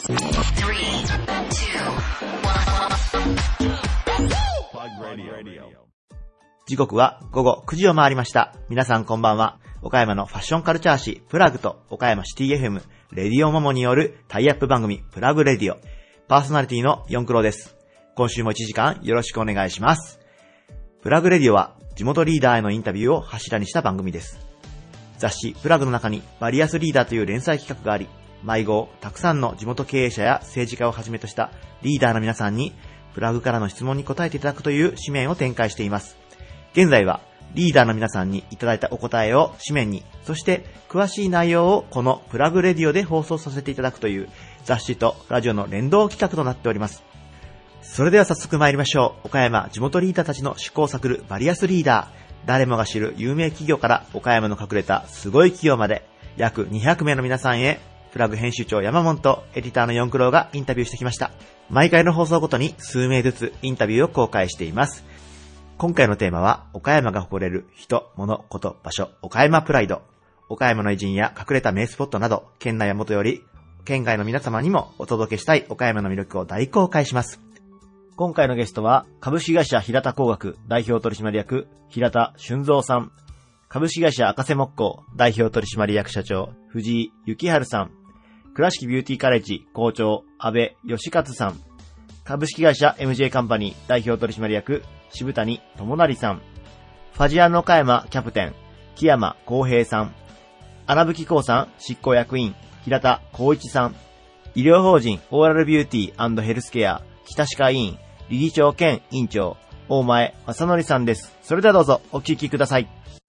時刻は午後9時を回りました。皆さんこんばんは。岡山のファッションカルチャー誌プラグと岡山シティ FM レディオモモによるタイアップ番組プラグレディオ。パーソナリティのヨンクロです。今週も1時間よろしくお願いします。プラグレディオは地元リーダーへのインタビューを柱にした番組です。雑誌プラグの中にバリアスリーダーという連載企画があり、毎号たくさんの地元経営者や政治家をはじめとしたリーダーの皆さんにプラグからの質問に答えていただくという紙面を展開しています。現在はリーダーの皆さんにいただいたお答えを紙面に、そして詳しい内容をこのプラグレディオで放送させていただくという雑誌とラジオの連動企画となっております。それでは早速参りましょう。岡山地元リーダーたちの趣向を探るバリアスリーダー。誰もが知る有名企業から岡山の隠れたすごい企業まで約200名の皆さんへ、プラグ編集長山本とエディターのヨンクローがインタビューしてきました。毎回の放送ごとに数名ずつインタビューを公開しています。今回のテーマは岡山が誇れる人、物、こと、場所、岡山プライド。岡山の偉人や隠れた名スポットなど、県内はもとより県外の皆様にもお届けしたい岡山の魅力を大公開します。今回のゲストは株式会社平田工学代表取締役平田俊三さん、株式会社赤瀬木工代表取締役社長藤井幸春さん、倉敷ビューティーカレッジ校長安部義勝さん、株式会社 MJ カンパニー代表取締役渋谷智成さん、ファジアン岡山キャプテン木山光平さん、穴吹興産執行役員平田光一さん、医療法人オーラルビューティー&ヘルスケア北歯科医院理事長兼委員長大前正則さんです。それではどうぞお聞きください。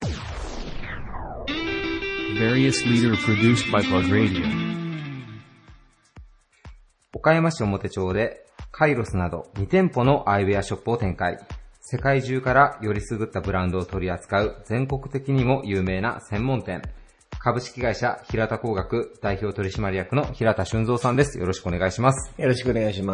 岡山市表町でカイロスなど2店舗のアイウェアショップを展開。世界中からよりすぐったブランドを取り扱う全国的にも有名な専門店。株式会社平田工学代表取締役の平田俊三さんです。よろしくお願いします。 よろしくお願いします。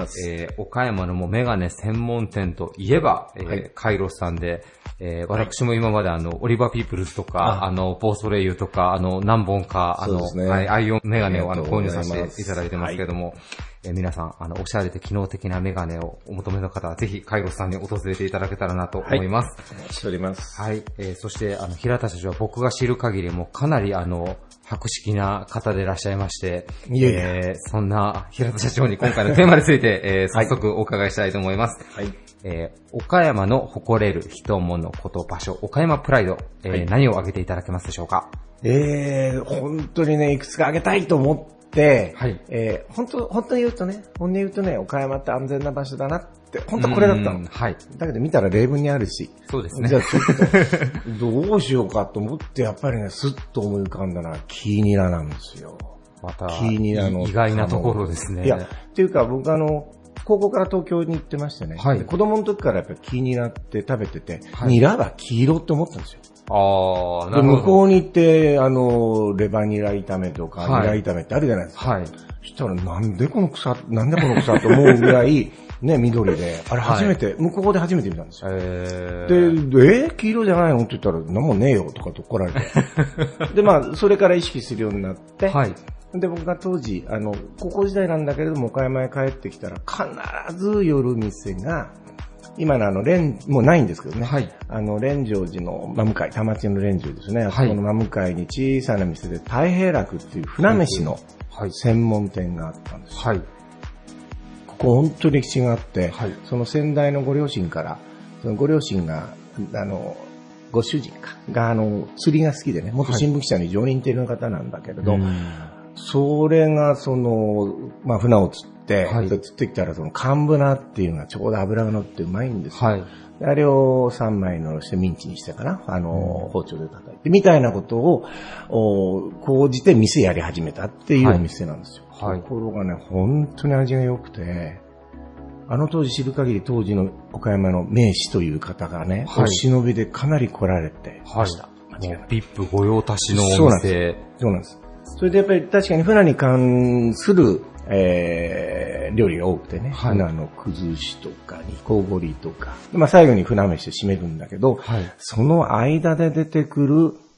岡山のもうメガネ専門店といえば、カイロスさんで、私も今までオリバーピープルズとか、ポーストレイユとか、何本か、アイオンメガネを購入させていただいてますけれども、皆さん、おしゃれで機能的なメガネをお求めの方は、ぜひ、カイロスさんに訪れていただけたらなと思います。 お待ちしております。 はい。そして、平田社長は僕が知る限りもかなり、博識な方でいらっしゃいまして、そんな平田社長に今回のテーマについて、早速お伺いしたいと思います。はい。岡山の誇れる人物こと場所、岡山プライド、何を挙げていただけますでしょうか？ 本当にね、いくつか挙げたいと思って、はい。本当に言うとね、岡山って安全な場所だなって、本当これだったの。はい。だけど見たら例文にあるし。 そうですね。 じゃあちょっと、どうしようかと思って、やっぱりね、スッと思い浮かんだのは、キーニラなんですよ。 また、キーニラの。意外なところですね。 いや、っていうか僕高校から東京に行ってましてね。はい。子供の時からやっぱりキーニラって食べてて、はい、ニラは黄色って思ってたんですよ。 ああ、なるほど。 向こうに行って、レバニラ炒めとか、ニラ炒めってあるじゃないですか。はい。そしたら、なんでこの草と思うぐらい、ね、緑で、あれ初めて、向こうで初めて見たんですよ。で、黄色じゃないのって言ったら、なんもねえよとかと怒られて。で、まあ、それから意識するようになって、はい。で、僕が当時、高校時代なんだけれども、岡山へ帰ってきたら、必ず夜店が、今のもうないんですけどね。はい。蓮城寺の真向かい、田町の蓮城ですね。はい。この真向かいに小さな店で、太平楽っていう船飯の専門店があったんですよ。はい。ここ本当に歴史があって、はい。その先代のご両親から、そのご両親が、ご主人が、釣りが好きでね、元新聞記者に常任亭の方なんだけれど、はい、それが、まあ、船を釣って、はい、釣ってきたら、寒ブナっていうのがちょうど脂が乗ってうまいんですよ。はい。あれを3枚のしてミンチにしてかな、包丁で叩いて、みたいなことを、講じて店やり始めたっていうお店なんですよ。はい。ところがね、本当に味が良くて、当時知る限り当時の岡山の名士という方がね、はい、お忍びでかなり来られてました。 はい。もうビップ御用達のお店。 そうなんです。それでやっぱり確かに船に関する、料理が多くてね、はい、船の崩しとか、煮こごりとか、まあ最後に船飯で締めるんだけど、はい、その間で出てくる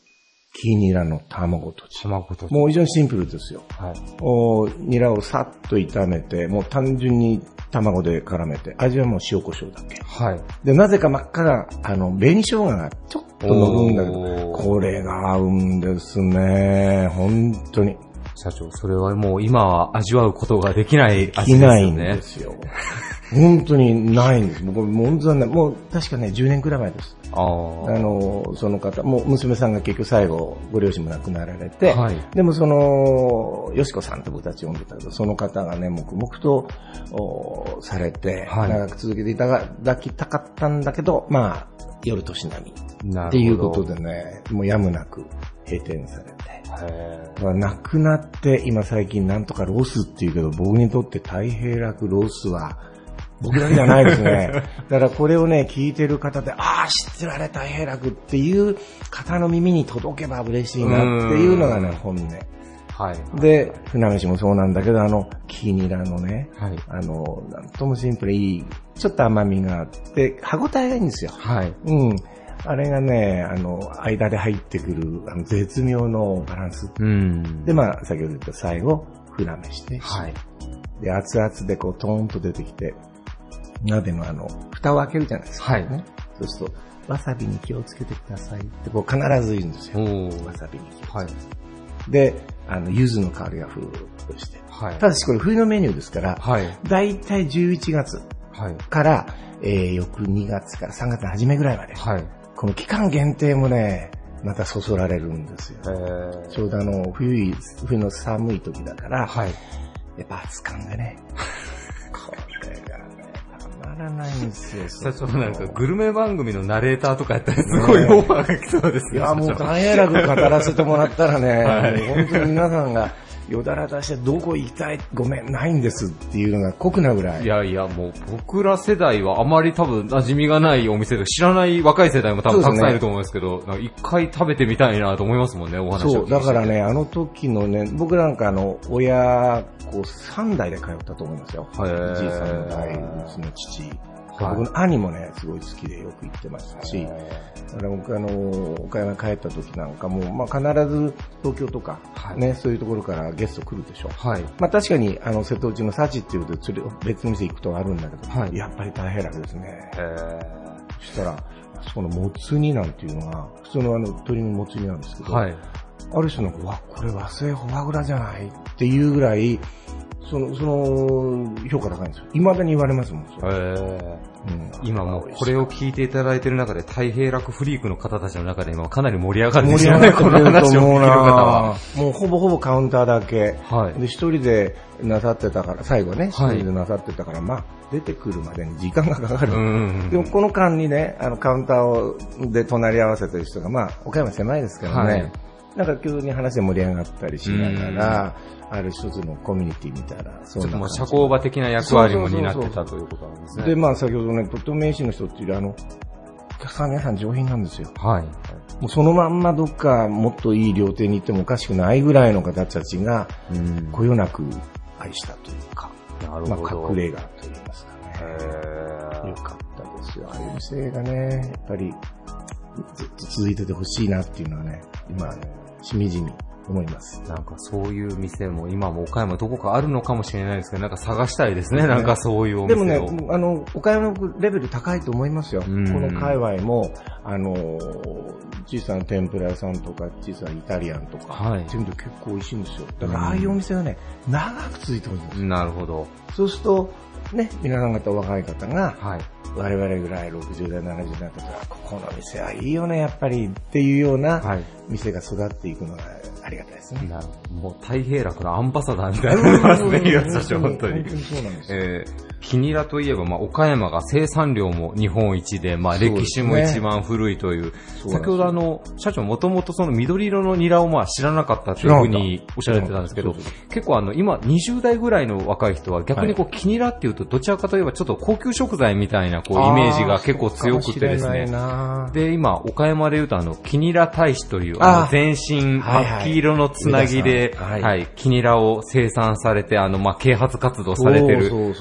キニラの卵とじ。 卵とじ。 もう非常にシンプルですよ。はい。ニラをさっと炒めて、もう単純に卵で絡めて、味はもう塩コショウだけ。はい。で、なぜか真っ赤な、紅生姜がちょっと乗るんだけど、これが合うんですね。本当に。 社長、それはもう今は味わうことができない味ですね。 できないんですよ。本当にないんです。僕、もう確かね、10年くらい前です。その方、もう娘さんが結局最後、ご両親も亡くなられて、はい、でもよしこさんって僕たち呼んでたけど、その方がね、黙々と、されて、はい、長く続けていただきたかったんだけど、まあ、夜年並み。っていうことでね、もうやむなく閉店されて。亡くなって、今最近なんとかロスっていうけど、僕にとって太平楽ロスは、僕だけじゃないですね。だからこれをね、聞いてる方で、知ってられ太平楽っていう方の耳に届けば嬉しいなっていうのがね、本音。はい。で、船飯もそうなんだけど、キニラのね、はい、なんともシンプルいい、ちょっと甘みがあって、歯応えがいいんですよ。はい。うん。あれがね、間で入ってくる、絶妙のバランス。うん。で、まあ、先ほど言った最後、船飯で。はい。で、熱々でこう、トーンと出てきて、鍋の蓋を開けるじゃないですか。はい。ね。そうすると、わさびに気をつけてくださいって、こう、必ず言うんですよ。わさびに気をつけて。はい。で、柚子の香りがふーっとして。はい。ただしこれ冬のメニューですから、はい。だいたい11月から、翌2月から3月の初めぐらいまで。はい。この期間限定もね、またそそられるんですよ。ちょうど冬の寒い時だから、はい。やっぱ熱感でね。これがね、たまらないんですよ。 社長なんかグルメ番組のナレーターとかやったらすごいオファーが来そうですね。 いや、もう大変楽語らせてもらったらね、はい、本当に皆さんが、よだら出してどこ行きたいごめんないんですっていうのが酷なぐらい。 いやいやもう僕ら世代はあまり多分馴染みがないお店で知らない若い世代も多分たくさんいると思うんですけど、一回食べてみたいなと思いますもんね、お話を聞いて。そう、 だからね、時のね、僕なんか親子3代で通ったと思いますよ。じいさんの代、うちの父。はい、僕の兄もね、すごい好きでよく行ってましたし、だから僕岡山に帰った時なんかも、まあ必ず東京とか、ね、そういうところからゲスト来るでしょ。はい。まあ確かに、瀬戸内の幸っていうと、別の店行くとあるんだけど、はい、やっぱり大変楽ですね。そしたら、そのもつ煮なんていうのが、普通の鶏のもつ煮なんですけど、はい、ある人なんか、わ、これ和製フォアグラじゃないっていうぐらい、その評価高いんですよ。未だに言われますもん。 今もうこれを聞いていただいている中で太平楽フリークの方たちの中で今かなり盛り上がるんですよね、この話を聞いてる方は。 もうほぼほぼカウンターだけ。はい。で、一人でなさってたから、最後ね、一人でなさってたから、まあ、出てくるまでに時間がかかる。でもこの間にね、カウンターで隣り合わせてる人が、まあ、岡山狭いですけどね、はい、なんか急に話で盛り上がったりしながら、ある一つのコミュニティみたいな、 そういう社交場的な役割も担ってたということなんですね。 で、まあ先ほどね、とっても名刺の人っていうお客さん皆さん上品なんですよ。はい。もうそのまんまどっかもっといい料亭に行ってもおかしくないぐらいの方たちが、こよなく愛したというか、なるほど。まあ隠れ家と言いますかね。よかったですよ。ああいう店がね、やっぱりずっと続いててほしいなっていうのはね、今、しみじみ思います。 なんかそういう店も今も岡山どこかあるのかもしれないですけど、なんか探したいですね、なんかそういうお店を。 でもね、岡山のレベル高いと思いますよ。この界隈も、小さな天ぷら屋さんとか、小さなイタリアンとか、はい、全部結構美味しいんですよ。だからああいうお店がね、長く続いてほしいんですよ。 なるほど。 そうすると、ね、皆さん方若い方が、はい、我々ぐらい60代、70代になったら、ここの店はいいよね、やっぱりっていうような店が育っていくのがありがたいですね。 なるほど。もう太平楽のアンバサダーみたいになりますね、岩田社長、本当に。 本当にそうなんですよ。 キニラといえば、まあ、岡山が生産量も日本一で、まあ、歴史も一番古いという。先ほど社長もともとその緑色のニラをまあ知らなかったというふうにおっしゃられてたんですけど、結構今20代ぐらいの若い人は逆にこう、キニラっていうとどちらかといえばちょっと高級食材みたいなこうイメージが結構強くてですね。で、今、岡山で言うとキニラ大使という、全身真っ黄色のつなぎで、はい、キニラを生産されて、まあ、啓発活動されてる方が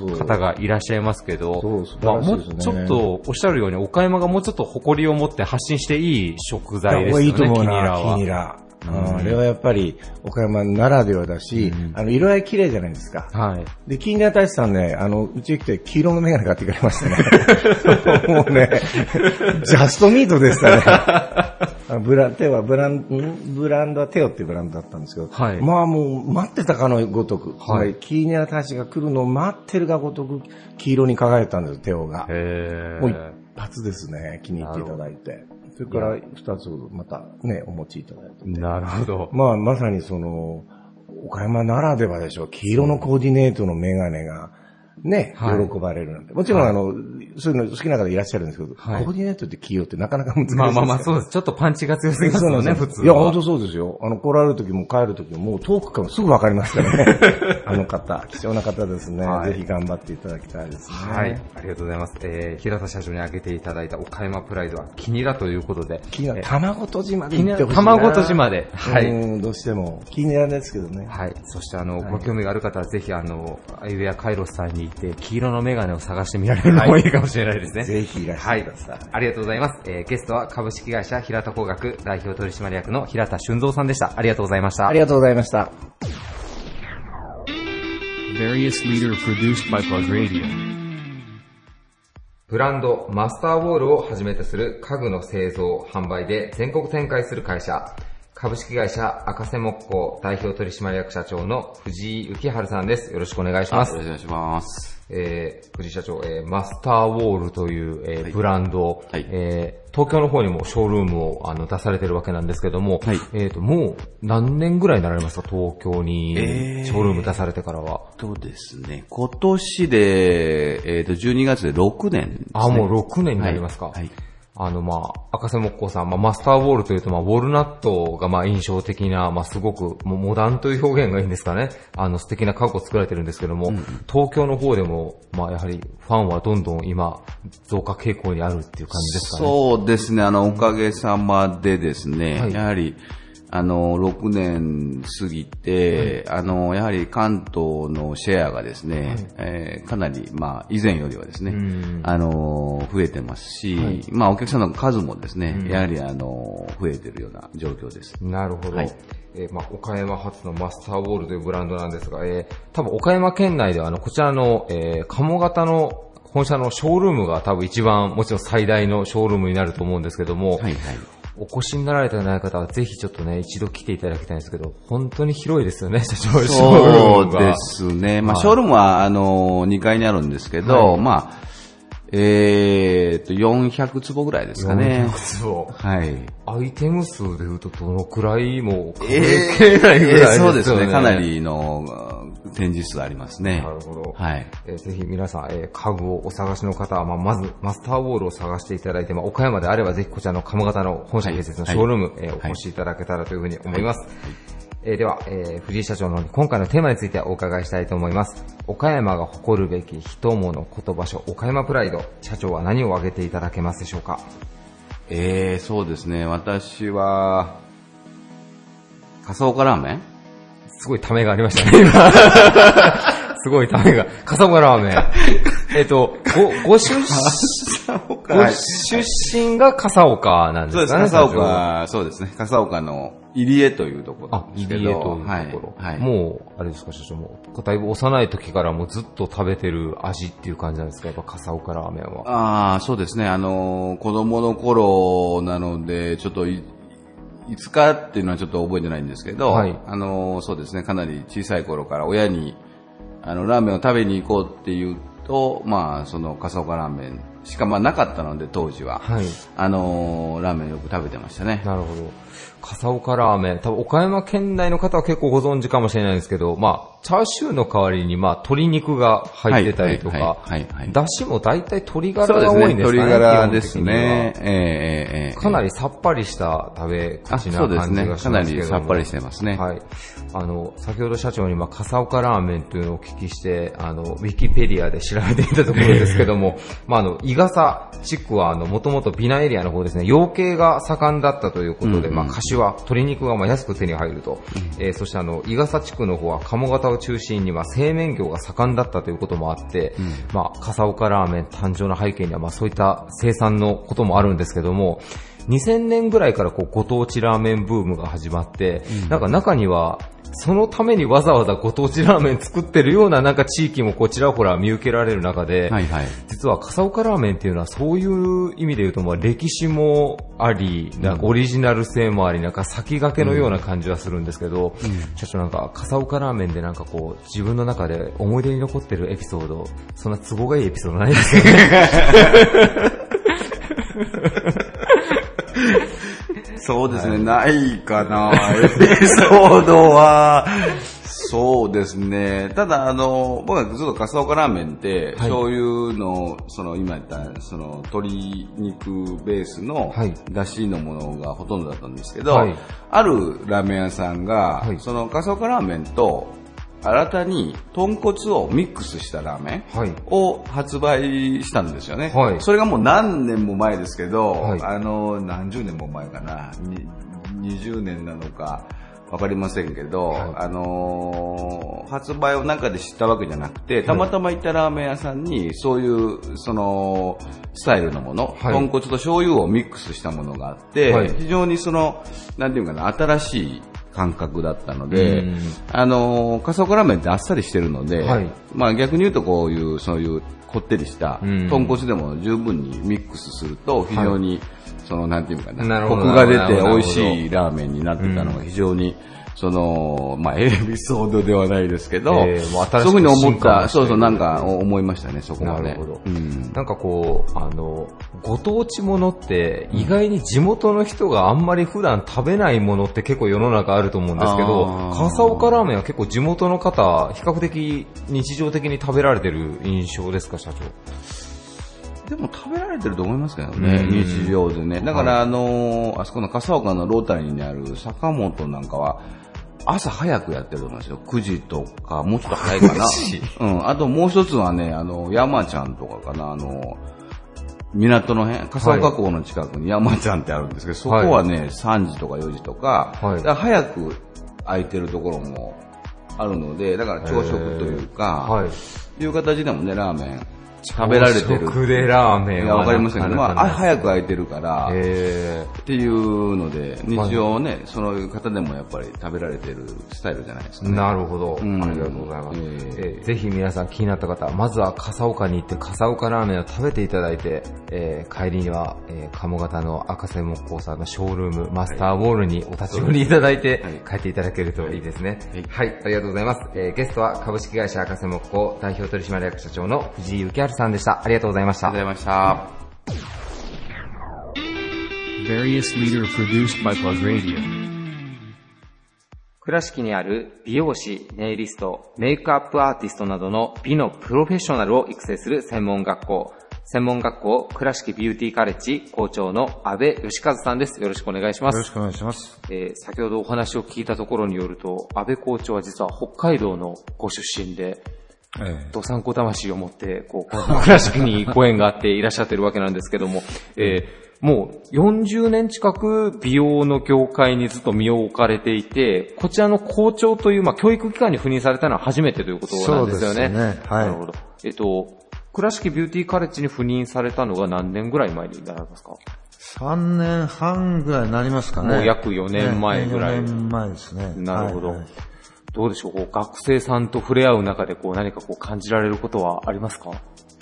がいらっしゃいますけど、 そう素晴らしいですね。 もうちょっとおっしゃるように岡山がもうちょっと誇りを持って発信していい食材ですよね。 いいと思うな、 キニラは。 キニラ。あれはやっぱり岡山ならではだし、色合い綺麗じゃないですか。 はい。で、 キニラ大使さんね、うちへ来て黄色のメガネ買ってくれましたね。もうね、ジャストミートでしたね。ブランドはテオっていうブランドだったんですけど、はい、まあもう待ってたかのごとく、はい、キニラ大使が来るのを待ってるがごとく黄色に輝いたんです、テオが。もう一発ですね、気に入っていただいて。それから二つまたね、お持ちいただいて。 なるほど。 まあ、まさに岡山ならではでしょう。黄色のコーディネートのメガネが、ね、はい、喜ばれるなんて。もちろん、そういうの好きな方いらっしゃるんですけど、はい、コーディネートって黄色ってなかなか難しいです。 まあ、そうです。ちょっとパンチが強すぎますよね、普通は。 いや、本当そうですよ。来られる時も帰る時も、もう遠くからすぐわかりますからね。貴重な方ですね、はい。ぜひ頑張っていただきたいですね。 はい。ありがとうございます。平田社長に挙げていただいた岡山プライドはキニラということで。 キニラ、卵とじまで行ってほしいな。 卵とじまで。はい。 どうしても。キニラですけどね。 はい。そしてご興味がある方はぜひアイウェアカイロスさんに行って、黄色のメガネを探してみられるのもいいかもしれないですね。 ぜひいらっしゃいください。 はい。ありがとうございます。ゲストは株式会社平田工学代表取締役の平田俊三さんでした。ありがとうございました。 ありがとうございました。 ブランドマスターウォールをはじめとする家具の製造・販売で全国展開する会社、株式会社赤瀬木工代表取締役社長の藤井幸春さんです。よろしくお願いします。 よろしくお願いします。 藤井社長、マスターウォールという、ブランド、はい、東京の方にもショールームを出されてるわけなんですけども、はい、もう何年ぐらいになられますか、東京にショールーム出されてからは。 そうですね、今年で、12月で6年ですね。 あ、もう6年になりますか。はいはい、赤瀬木工さん、マスターウォールというと、ウォールナットが印象的な、すごくモダンという表現がいいんですかね。素敵な家具を作られてるんですけども、東京の方でも、やはりファンはどんどん今、増加傾向にあるっていう感じですかね。 そうですね、おかげさまでですね、はい、やはり、6年過ぎて、はい、やはり関東のシェアがですね、はい、かなり、以前よりはですね、増えてますし、はい、お客さんの数もですね、やはり、増えてるような状況です。 なるほど。はい、岡山発のマスターウォールというブランドなんですが、多分岡山県内ではこちらの、鴨型の本社のショールームが多分一番、もちろん最大のショールームになると思うんですけども、はいはい、お越しになられてない方はぜひちょっとね、一度来ていただきたいんですけど、本当に広いですよね、社長。 そうですね。ショールームは、2階にあるんですけど、はい、400坪ぐらいですかね。 400坪。 はい。 アイテム数でいうとどのくらいもう、ないぐらいですよね。 そうですね。かなりの展示数ありますね。 なるほど。 はい。 ぜひ皆さん、家具をお探しの方は、まず、マスターウォールを探していただいて、岡山であればぜひこちらの鴨型の本社併設のショールーム、お越しいただけたらというふうに思います。では、藤井社長の今回のテーマについてお伺いしたいと思います。岡山が誇るべき人物こと場所、岡山プライド。社長は何を挙げていただけますでしょうか？ そうですね。私は、笠岡ラーメン？ すごいためがありましたね、今。すごいためが。笠岡ラーメン。ご出身が笠岡なんですかね？ そうです、笠岡、そうですね。笠岡の入江というところですけど。 入江というところ。はい。もう、あれですか、社長も。だいぶ幼い時からもうずっと食べてる味っていう感じなんですか？やっぱ笠岡ラーメンは。 そうですね。子供の頃なので、ちょっといつかっていうのはちょっと覚えてないんですけど、はい、そうですね。かなり小さい頃から親に、ラーメンを食べに行こうっていうと、その笠岡ラーメンしかなかったので当時は、はい、ラーメンよく食べてましたね。 なるほど。笠岡ラーメン、多分岡山県内の方は結構ご存知かもしれないんですけど、チャーシューの代わりに鶏肉が入ってたりとか、だしも大体鶏ガラが多いんですかね。 鶏ガラですね。 かなりさっぱりした食べ口な感じがしますけども。そうですね。 かなりさっぱりしてますね。 はい。先ほど社長に笠岡ラーメンというのをお聞きして、ウィキペディアで調べていたところですけども、伊笠地区はもともと美南エリアの方ですね、養鶏が盛んだったということで、柏、鶏肉が安く手に入ると。そして伊笠地区の方は鴨型沢を中心に製麺業が盛んだったということもあって、笠岡ラーメン誕生の背景にはそういった生産のこともあるんですけども、2000年ぐらいからご当地ラーメンブームが始まって、なんか中にはそのためにわざわざご当地ラーメン作ってるようななんか地域もちらほら見受けられる中で、実は笠岡ラーメンっていうのはそういう意味で言うと歴史もあり、なんかオリジナル性もあり、なんか先駆けのような感じはするんですけど、社長なんか笠岡ラーメンでなんか自分の中で思い出に残ってるエピソード、そんな都合がいいエピソードないですよね。 そうですね、ないかな、エピソードは。そうですね。ただ、僕はずっと笠岡ラーメンって、醤油の、今言った、鶏肉ベースの、出汁のものがほとんどだったんですけど、あるラーメン屋さんが、笠岡ラーメンと、新たに豚骨をミックスしたラーメンを発売したんですよね。それがもう何年も前ですけど、何十年も前かな、20年なのかわかりませんけど、発売を中で知ったわけじゃなくて、たまたま行ったラーメン屋さんにそういうスタイルのもの、豚骨と醤油をミックスしたものがあって、非常になんていうかな、新しい感覚だったので、笠岡ラーメンってあっさりしてるので、逆に言うとそういうこってりした豚骨でも十分にミックスすると非常に、なんていうかな、コクが出て美味しいラーメンになってたのが非常に、エピソードではないですけど、そういうふうに思った、なんか思いましたね、そこまで。 なるほど。なんかご当地ものって意外に地元の人があんまり普段食べないものって結構世の中あると思うんですけど、笠岡ラーメンは結構地元の方、比較的日常的に食べられてる印象ですか、社長？ でも食べられてると思いますけどね、日常でね。だから、あそこの笠岡のロータリーにある坂本なんかは、朝早くやってると思うんですよ。9時とか、もうちょっと早いかな。あともう一つはね、山ちゃんとかかな、港の辺、笠岡港の近くに山ちゃんってあるんですけど、そこはね、3時とか4時とか、だから早く空いてるところもあるので、だから朝食というか、いう形でもね、ラーメン、食べられてる。 食でラーメンは。 わかりませんけど、早く空いてるから、っていうので、日常ね、そういう方でもやっぱり食べられてるスタイルじゃないですかね。 なるほど。ありがとうございます。ぜひ皆さん気になった方、まずは笠岡に行って笠岡ラーメンを食べていただいて、帰りには、鴨方の赤瀬木工さんのショールーム、マスターウォールにお立ち寄りいただいて、帰っていただけるといいですね。はい、ありがとうございます。ゲストは株式会社赤瀬木工代表取締役社長の藤井幸春さんでした。ありがとうございました。 ありがとうございました。倉敷にある美容師、ネイリスト、メイクアップアーティストなどの美のプロフェッショナルを育成する専門学校倉敷ビューティーカレッジ校長の阿部義和さんです。よろしくお願いします。 よろしくお願いします。 先ほどお話を聞いたところによると、阿部校長は実は北海道のご出身で、どさんこ魂を持って、倉敷にご縁があっていらっしゃってるわけなんですけども、もう40年近く美容の業界にずっと身を置かれていて、こちらの校長という、教育機関に赴任されたのは初めてということなんですよね。 そうですね。はい。 なるほど。倉敷ビューティーカレッジに赴任されたのが何年ぐらい前になりますか ？3年半ぐらいになりますかね。 もう約4年前ぐらい。 4年前ですね。 なるほど。どうでしょう、学生さんと触れ合う中で何か感じられることはありますか？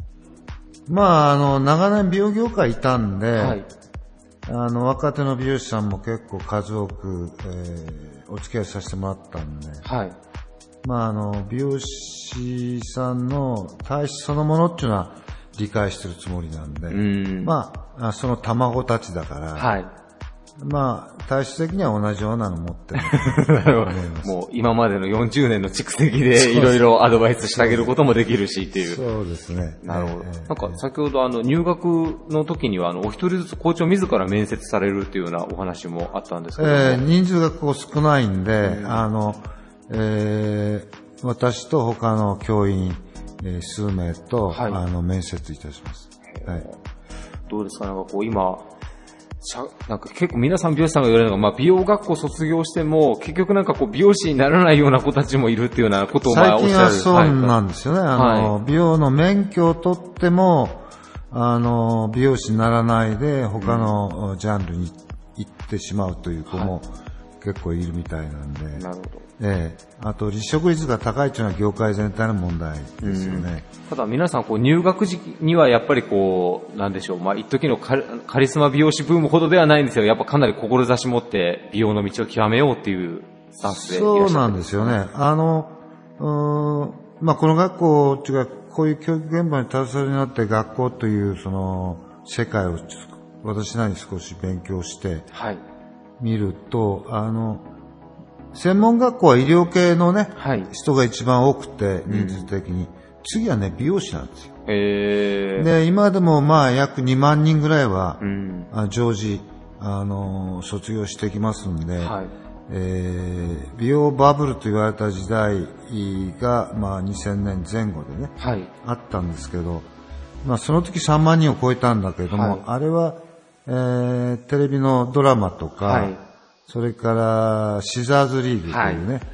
長年美容業界いたんで、若手の美容師さんも結構数多く、お付き合いさせてもらったんで、美容師さんの体質そのものっていうのは理解してるつもりなんで、その卵たちだから、体質的には同じようなの持ってると思います。 もう今までの40年の蓄積でいろいろアドバイスしてあげることもできるしっていう。 そうですね。 なるほど。なんか先ほど入学の時にはお一人ずつ校長自ら面接されるっていうようなお話もあったんですけども。 人数が少ないんで、私と他の教員、数名と、面接いたします。 どうですか、なんか今、 なんか結構皆さん美容師さんが言われるのが、まあ美容学校卒業しても、結局なんかこう美容師にならないような子たちもいるっていうようなことを最近はそうなんですよね。美容の免許を取っても、美容師にならないで他のジャンルに行ってしまうという子も結構いるみたいなんで。 なるほど。 あと離職率が高いというのは業界全体の問題ですよね。 ただ皆さんこう入学時にはやっぱりこうなんでしょう、まあ一時のカリスマ美容師ブームほどではないんですよ。やっぱかなり志持って美容の道を極めようっていうスタンスでいらっしゃる。 そうなんですよね。まあこの学校っていうかこういう教育現場に携わりになって学校というその世界を私なりに少し勉強して見ると、専門学校は医療系のね、人が一番多くて人数的に、次はね美容師なんですよ。で今でもまあ約2万人ぐらいは、常時卒業してきますんで、美容バブルと言われた時代がまあ2000年前後でね、あったんですけど、まあその時3万人を超えたんだけども、あれは、テレビのドラマとか、それからシザーズリーグというね、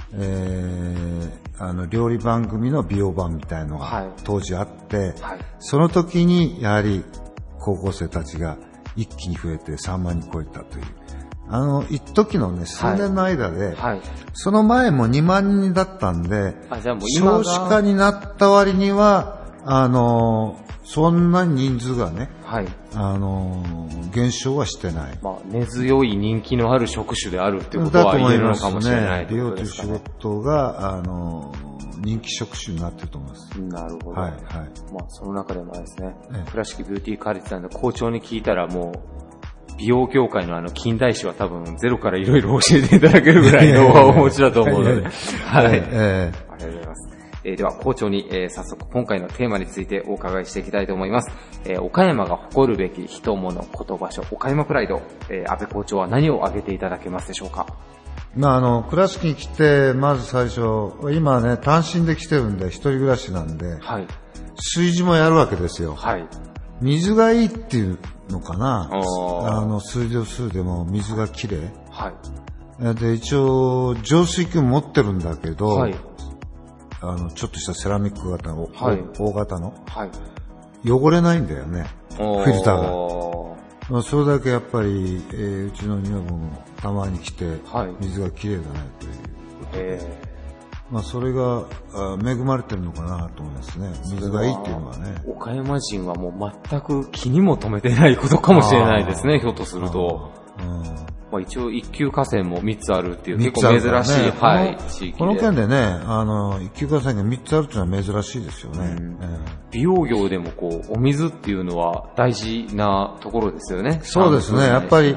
料理番組の美容版みたいのが当時あって、その時にやはり高校生たちが一気に増えて3万人超えたという。一時のね、数年の間で、その前も2万人だったんで、少子化になった割には、そんな人数がね、減少はしてない。 まあ、根強い人気のある職種であるっていうことは言えるのかもしれないということですかね。美容という仕事が、人気職種になってると思います。 なるほど。まあ、その中でもですね、倉敷ビューティーカレッジさんで校長に聞いたらもう、美容業界の近代史は多分ゼロからいろいろ教えていただけるぐらいのお持ちだと思うので。ありがとうございます。では、校長に、早速今回のテーマについてお伺いしていきたいと思います。岡山が誇るべき人物こと場所、岡山プライド、安倍校長は何を挙げていただけますでしょうか。 まあ、倉敷に来て、まず最初、今ね、単身で来てるんで、一人暮らしなんで、炊事もやるわけですよ。水がいいっていうのかな。炊事をするでも水がきれい。で、一応、浄水器も持ってるんだけど、ちょっとしたセラミック型の、大型の、汚れないんだよね、フィルターが。それだけやっぱり、うちの女房もたまに来て、水がきれいだねということで。まあそれが恵まれてるのかなと思いますね。水がいいっていうのはね。 岡山人はもう全く気にも留めてないことかもしれないですね、ひょっとすると。まあ、一応一級河川も3つあるっていう結構珍しい、地域で。 この県でね、一級河川が3つあるっていうのは珍しいですよね。 美容業でもこう、お水っていうのは大事なところですよね。 そうですね。やっぱり、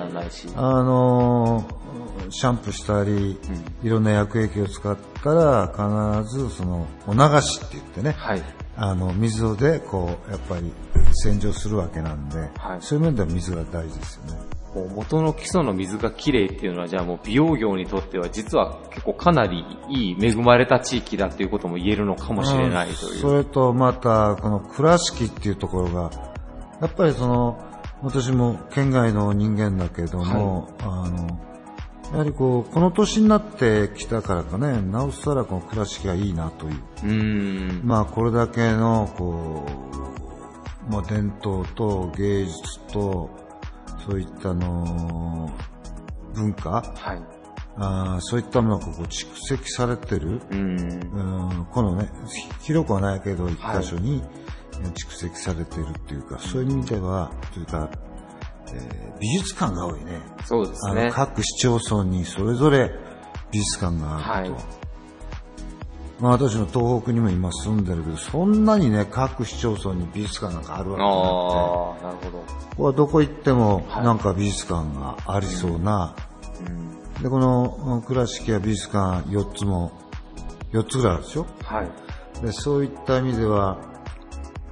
シャンプーしたり、いろんな薬液を使ったら、必ずお流しって言ってね、水でこう、やっぱり洗浄するわけなんで、そういう面では水が大事ですよね。 元の基礎の水がきれいっていうのは、じゃあもう美容業にとっては実は結構かなりいい恵まれた地域だっていうことも言えるのかもしれないという。 それとまた、この倉敷っていうところが、やっぱり私も県外の人間だけども、やはりこの年になってきたからかね、なおさらこの倉敷がいいなという。まあこれだけのまあ伝統と芸術と、そういった文化、そういったものが蓄積されてる。このね、広くはないけど一箇所に蓄積されてるっていうか、そういう意味では、というか、美術館が多いね。 そうですね。 各市町村にそれぞれ美術館があると。まあ私の東北にも今住んでるけど、そんなにね、各市町村に美術館なんかあるわけじゃなくて。 なるほど。 ここはどこ行ってもなんか美術館がありそうな。で、この倉敷は美術館4つぐらいあるでしょ。で、そういった意味では、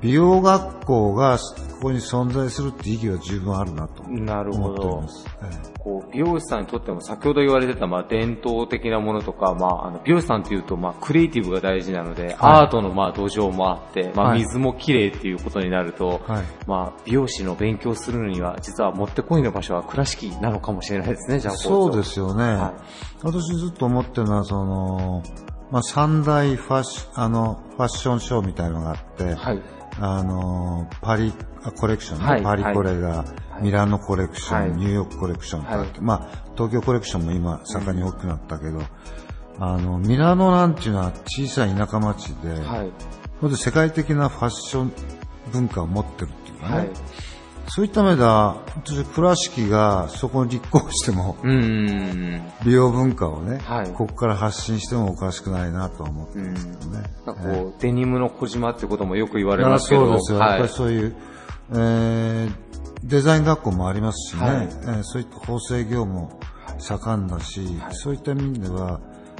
美容学校がここに存在するって意義は十分あるなと思っております。 なるほど。美容師さんにとっても先ほど言われてた伝統的なものとか、美容師さんっていうとクリエイティブが大事なので、アートの土壌もあって、水も綺麗っていうことになると、美容師の勉強するのには実はもってこいの場所は倉敷なのかもしれないですね、じゃあそうですよね。私ずっと思ってるのは三大ファッションショーみたいなのがあって、パリコレクション、パリコレが、ミラノコレクション、ニューヨークコレクションとあって、東京コレクションも今盛んに大きくなったけど、ミラノなんていうのは小さい田舎町で、それで世界的なファッション文化を持ってるっていうかね、そういった目では、倉敷がそこに立候補しても、美容文化をね、ここから発信してもおかしくないなとは思ってますけどね。 デニムの小島ってこともよく言われますけど。 そうですよ。やっぱりそういう、デザイン学校もありますしね、そういった縫製業も盛んだし、そういった意味では、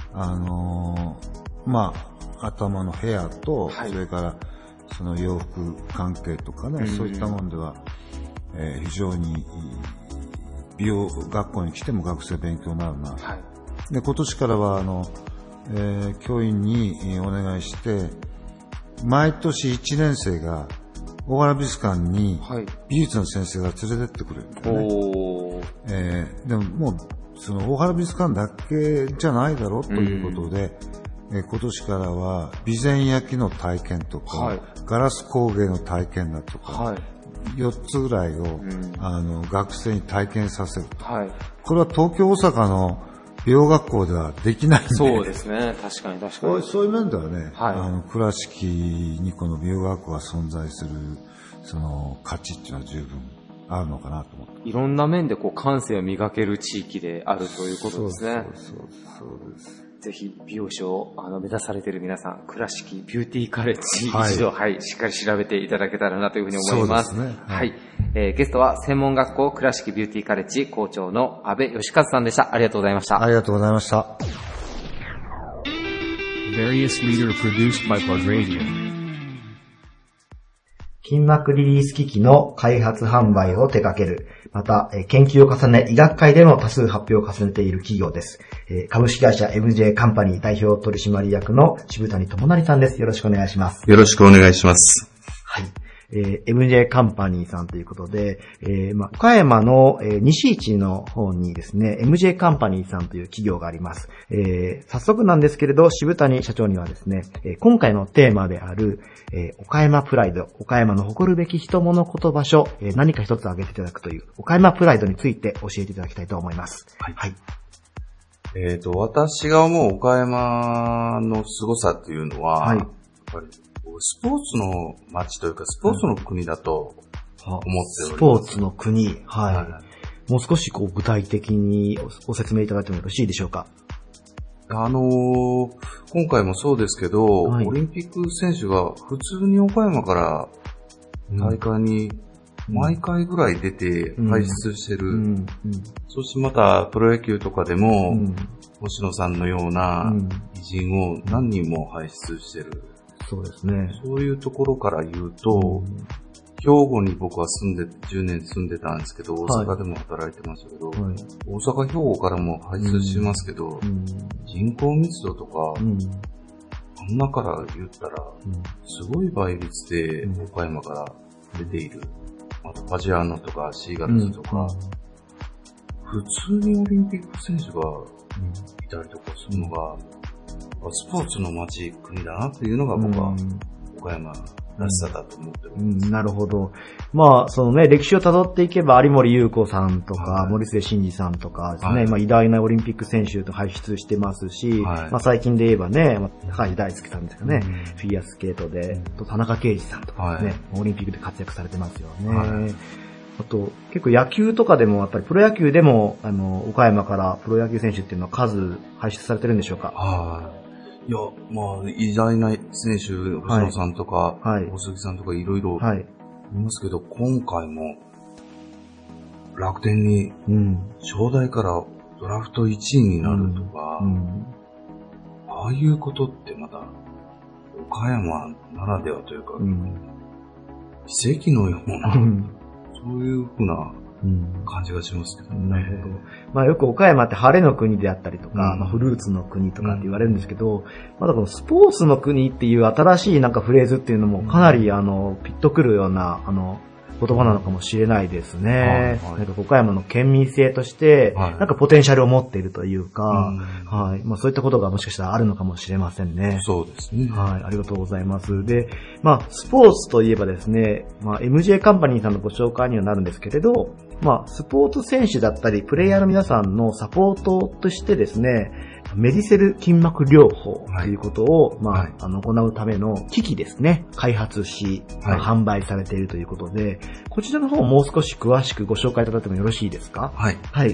頭のヘアと、それからその洋服関係とかね、そういったもんでは、非常に美容学校に来ても学生勉強になるな。で、今年からは教員にお願いして、毎年1年生が大原美術館に美術の先生が連れてってくれるんだよね。でももうその大原美術館だけじゃないだろうということで、今年からは備前焼の体験とか、ガラス工芸の体験だとか、4つぐらいを、学生に体験させる。これは東京、大阪の美容学校ではできないんで。 そうですね。確かに。 そういう面ではね、倉敷にこの美容学校が存在する、その価値っていうのは十分あるのかなと思って。 いろんな面で感性を磨ける地域であるということですね。 そうです。 ぜひ美容師を目指されている皆さん、倉敷ビューティーカレッジ、一度、しっかり調べていただけたらなというふうに思います。 そうですね。ゲストは専門学校倉敷ビューティーカレッジ校長の阿部義和さんでした。ありがとうございました。 ありがとうございました。 筋膜リリース機器の開発販売を手掛ける。また、研究を重ね、医学会でも多数発表を重ねている企業です。株式会社 MJ カンパニー代表取締役の渋谷智成さんです。よろしくお願いします。 よろしくお願いします。 はい。MJ カンパニーさんということで、岡山の、西市の方にですね、MJ カンパニーさんという企業があります。早速なんですけれど、渋谷社長にはですね、今回のテーマである、岡山プライド、岡山の誇るべき人物言葉書、何か一つ挙げていただくという、岡山プライドについて教えていただきたいと思います。はい。 私が思う岡山の凄さっていうのは、やっぱりスポーツの街というか、スポーツの国だと思っております。 スポーツの国。もう少し具体的にご説明いただいてもよろしいでしょうか。 今回もそうですけど、オリンピック選手が普通に岡山から大会に毎回ぐらい出て輩出してる。そしてまたプロ野球とかでも、星野さんのような偉人を何人も輩出してる。 そうですね。 そういうところから言うと、兵庫に僕は10年住んでたんですけど、大阪でも働いてましたけど、大阪、兵庫からも輩出しますけど、人口密度とか、あんなから言ったら、すごい倍率で岡山から出ている。あと、ファジアーノとかシーガルズとか、普通にオリンピック選手がいたりとかするのが、スポーツの街、国だなっていうのが僕は岡山らしさだと思っております。 なるほど。そのね、歴史を辿っていけば有森裕子さんとか、森末慎二さんとかですね、偉大なオリンピック選手と輩出してますし、最近で言えばね、高橋大輔さんですかね、フィギュアスケートで、田中圭司さんとかですね、オリンピックで活躍されてますよね。あと、結構野球とかでも、やっぱりプロ野球でも、岡山からプロ野球選手っていうのは数輩出されてるんでしょうか？ いや、偉大な選手、星野さんとか、大杉さんとかいろいろいますけど、今回も楽天に、正代からドラフト1位になるとか、ああいうことってまた、岡山ならではというか、 奇跡のような、そういうふうな感じがしますけどね。 なるほど。まあよく岡山って晴れの国であったりとか、まあ、フルーツの国とかって言われるんですけど、まだこのスポーツの国っていう新しいなんかフレーズっていうのもかなりピッとくるような言葉なのかもしれないですね。なんか岡山の県民性として、なんかポテンシャルを持っているというか、はい。まあそういったことがもしかしたらあるのかもしれませんね。 そうですね。 はい。ありがとうございます。で、まあスポーツといえばですね、まあ MJ カンパニーさんのご紹介にはなるんですけれど、まあスポーツ選手だったりプレイヤーの皆さんのサポートとしてですね、メディセル筋膜療法ということを、まあ、行うための機器ですね、開発し、販売されているということで、こちらの方をもう少し詳しくご紹介いただいてもよろしいですか？ はい。 はい。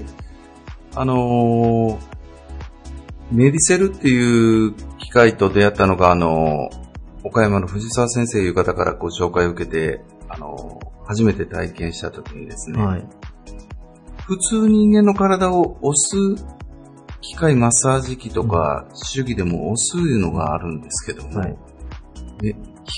メディセルっていう機械と出会ったのが、岡山の藤沢先生いう方からご紹介を受けて、初めて体験した時にですね、普通人間の体を押す機械マッサージ機とか、手技でも押すいうのがあるんですけども、で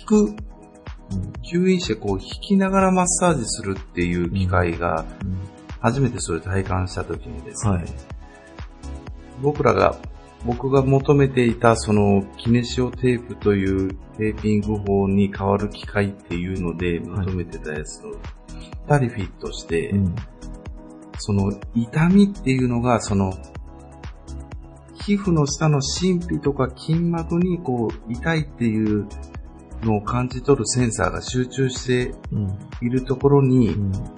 吸引してこう引きながらマッサージするっていう機械が、初めてそれ体感したときにですね、僕が求めていたそのキネシオテープというテーピング法に変わる機械っていうので求めてたやつとぴったりフィットして、その痛みっていうのがその皮膚の下の真皮とか筋膜にこう痛いっていうのを感じ取るセンサーが集中しているところに、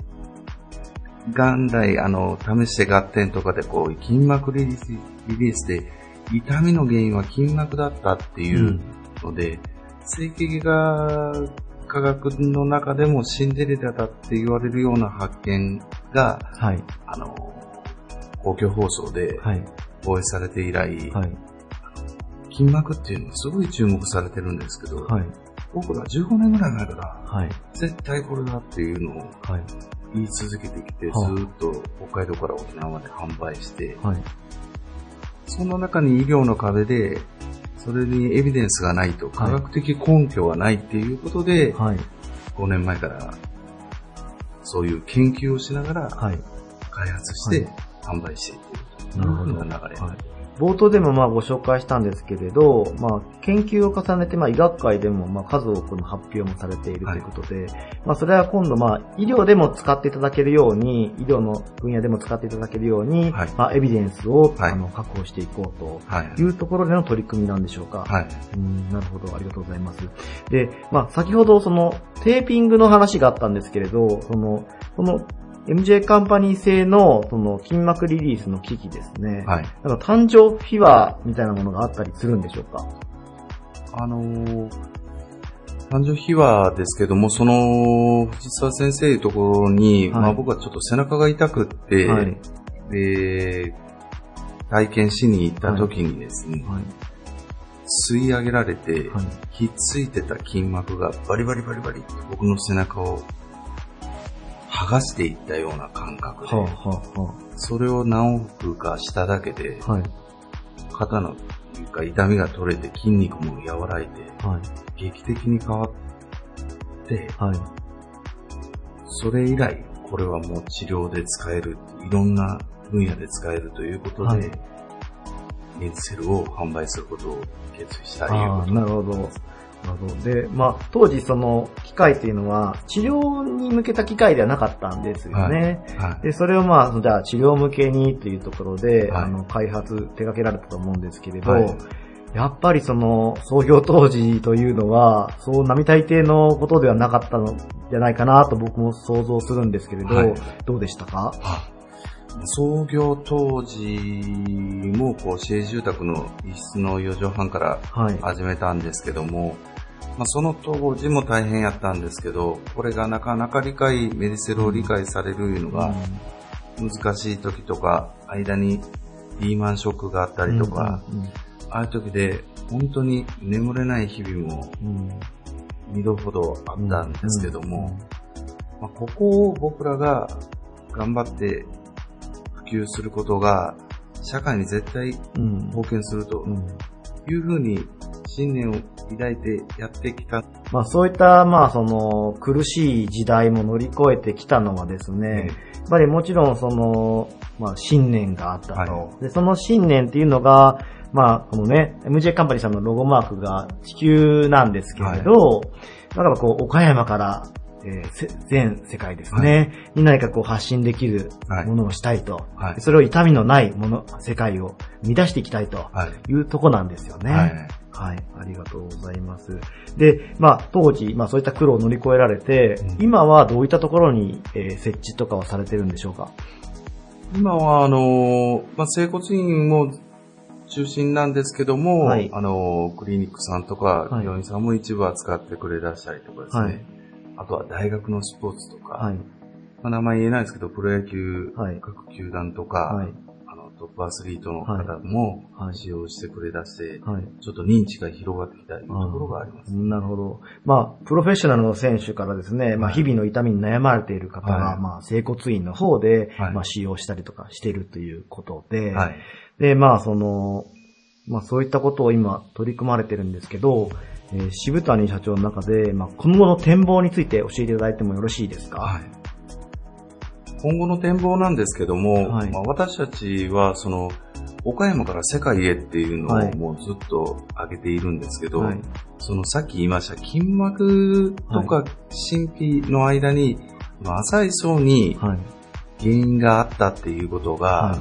元来試して合点とかでこう筋膜リリースで痛みの原因は筋膜だったっていうので、整形外科学の中でもシンデレラだって言われるような発見が、公共放送で放映されて以来、筋膜っていうのはすごい注目されてるんですけど、僕ら15年ぐらい前から、絶対これだっていうのを言い続けてきて、ずっと北海道から沖縄まで販売して、その中に医療の壁で、それにエビデンスがないと、科学的根拠がないっていうことで、5年前からそういう研究をしながら開発して販売していっているというふうな流れ。 冒頭でもまあご紹介したんですけれど、まあ研究を重ねてまあ医学界でもまあ数多くの発表もされているということで、まあそれは今度まあ医療でも使っていただけるように、医療の分野でも使っていただけるように、まあエビデンスを確保していこうというところでの取り組みなんでしょうか。なるほど、ありがとうございます。で、まあ先ほどそのテーピングの話があったんですけれど、そのMJ カンパニー製のその筋膜リリースの機器ですね。なんか誕生秘話みたいなものがあったりするんでしょうか？ 誕生秘話ですけども、その藤沢先生いうところに、まあ僕はちょっと背中が痛くって、で、体験しに行った時にですね、吸い上げられて、ひっついてた筋膜がバリバリバリバリって僕の背中を剥がしていったような感覚で、それを何往復かしただけで、肩の床痛みが取れて筋肉も和らいで、劇的に変わって、それ以来これはもう治療で使える、いろんな分野で使えるということで、メディセルを販売することを決意したということです。 なるほど。で、まあ、当時その機械っていうのは治療に向けた機械ではなかったんですよね。で、それをまあ、じゃあ治療向けにというところで、開発、手掛けられたと思うんですけれど、やっぱりその創業当時というのは、そう並大抵のことではなかったのじゃないかなと僕も想像するんですけれど、どうでしたか？ 創業当時もこう市営住宅の一室の4畳半から始めたんですけども、まあ、その当時も大変やったんですけど、これがなかなかメディセルを理解されるいうのが難しい時とか、間にリーマンショックがあったりとか、ああいう時で本当に眠れない日々も2度ほどあったんですけども、まあ、ここを僕らが頑張って普及することが社会に絶対貢献するというふうに信念を抱いてやってきた。 まあそういった、まあその、苦しい時代も乗り越えてきたのはですね、やっぱりもちろんその、まあ信念があったと。はい、で、その信念っていうのが、まあこのね、MJ カンパニーさんのロゴマークが地球なんですけれど、はい、だからこう、岡山から、全世界ですね、はい、に何かこう発信できるものをしたいと、はい、それを痛みのないもの、世界を生み出していきたいというとこなんですよね。はい。はい。ありがとうございます。で、まあ当時、まあそういった苦労を乗り越えられて、今はどういったところに、設置とかはされてるんでしょうか？ 今はまあ整骨院も中心なんですけども、はい、クリニックさんとか、病院さんも一部扱ってくれだしたりとかですね。はい、あとは大学のスポーツとか、はい、まあ、名前言えないですけど、プロ野球、各球団とか、はい、トップアスリートの方も使用してくれだして、はい、ちょっと認知が広がってきたというところがあります。 なるほど。まあ、プロフェッショナルの選手からですね、まあ、日々の痛みに悩まれている方が、はい、まあ、整骨院の方で、はい、まあ、使用したりとかしているということで、はい、で、まあ、まあ、そういったことを今取り組まれてるんですけど、渋谷社長の中で、まあ、今後の展望について教えていただいてもよろしいですか？はい。 今後の展望なんですけども、はい、まあ、私たちは岡山から世界へっていうのをもうずっと上げているんですけど、はい、さっき言いました筋膜とか神経の間に、浅い層に原因があったっていうことが、はい、